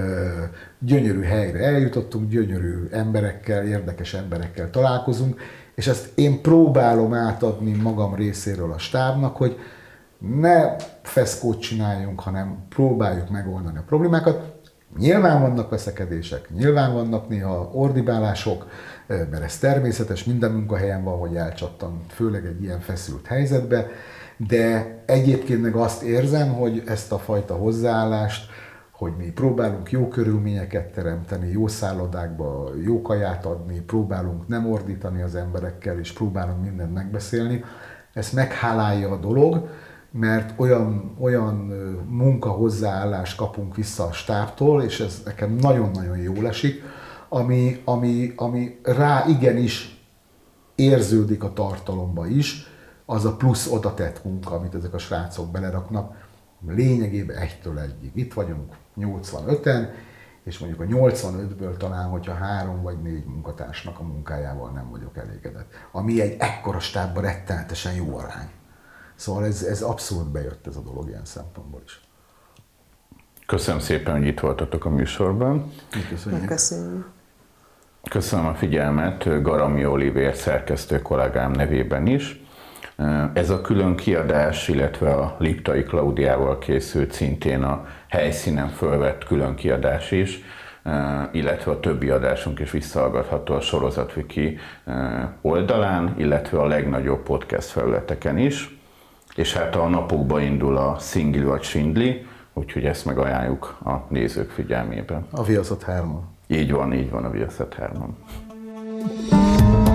gyönyörű helyre eljutottunk, gyönyörű emberekkel, érdekes emberekkel találkozunk, és ezt én próbálom átadni magam részéről a stábnak, hogy ne feszkót csináljunk, hanem próbáljuk megoldani a problémákat. Nyilván vannak veszekedések, nyilván vannak néha ordibálások, mert ez természetes, minden munkahelyen van, hogy elcsattan, főleg egy ilyen feszült helyzetbe, De egyébként meg azt érzem, hogy ezt a fajta hozzáállást, hogy mi próbálunk jó körülményeket teremteni, jó szállodákba jó kaját adni, próbálunk nem ordítani az emberekkel, és próbálunk mindent megbeszélni, ezt meghálálja a dolog, mert olyan munka hozzáállást kapunk vissza a stábtól, és ez nekem nagyon-nagyon jól esik, ami rá igenis érződik a tartalomba is, az a plusz odatett munka, amit ezek a srácok beleraknak, lényegében 1-től 1-ig. Itt vagyunk 85-en, és mondjuk a 85-ből talán, hogyha 3 vagy 4 munkatársnak a munkájával nem vagyok elégedett. Ami egy ekkora stábban rettenetesen jó arány. Szóval ez abszolút bejött ez a dolog ilyen szempontból is. Köszönöm szépen, hogy itt voltatok a műsorban. Köszönjük. Köszönöm a figyelmet Garami Olivér szerkesztő kollégám nevében is. Ez a külön kiadás, illetve a Liptai Klaudiával készült szintén a helyszínen fölvett külön kiadás is, illetve a többi adásunk is visszahallgatható a Sorozatviki oldalán, illetve a legnagyobb podcast felületeken is. És hát a napokban indul a Szingli vagy Svindli, úgyhogy ezt megajánljuk a nézők figyelmében. A Viaszat 3-on. Így van, a Viaszat 3-on.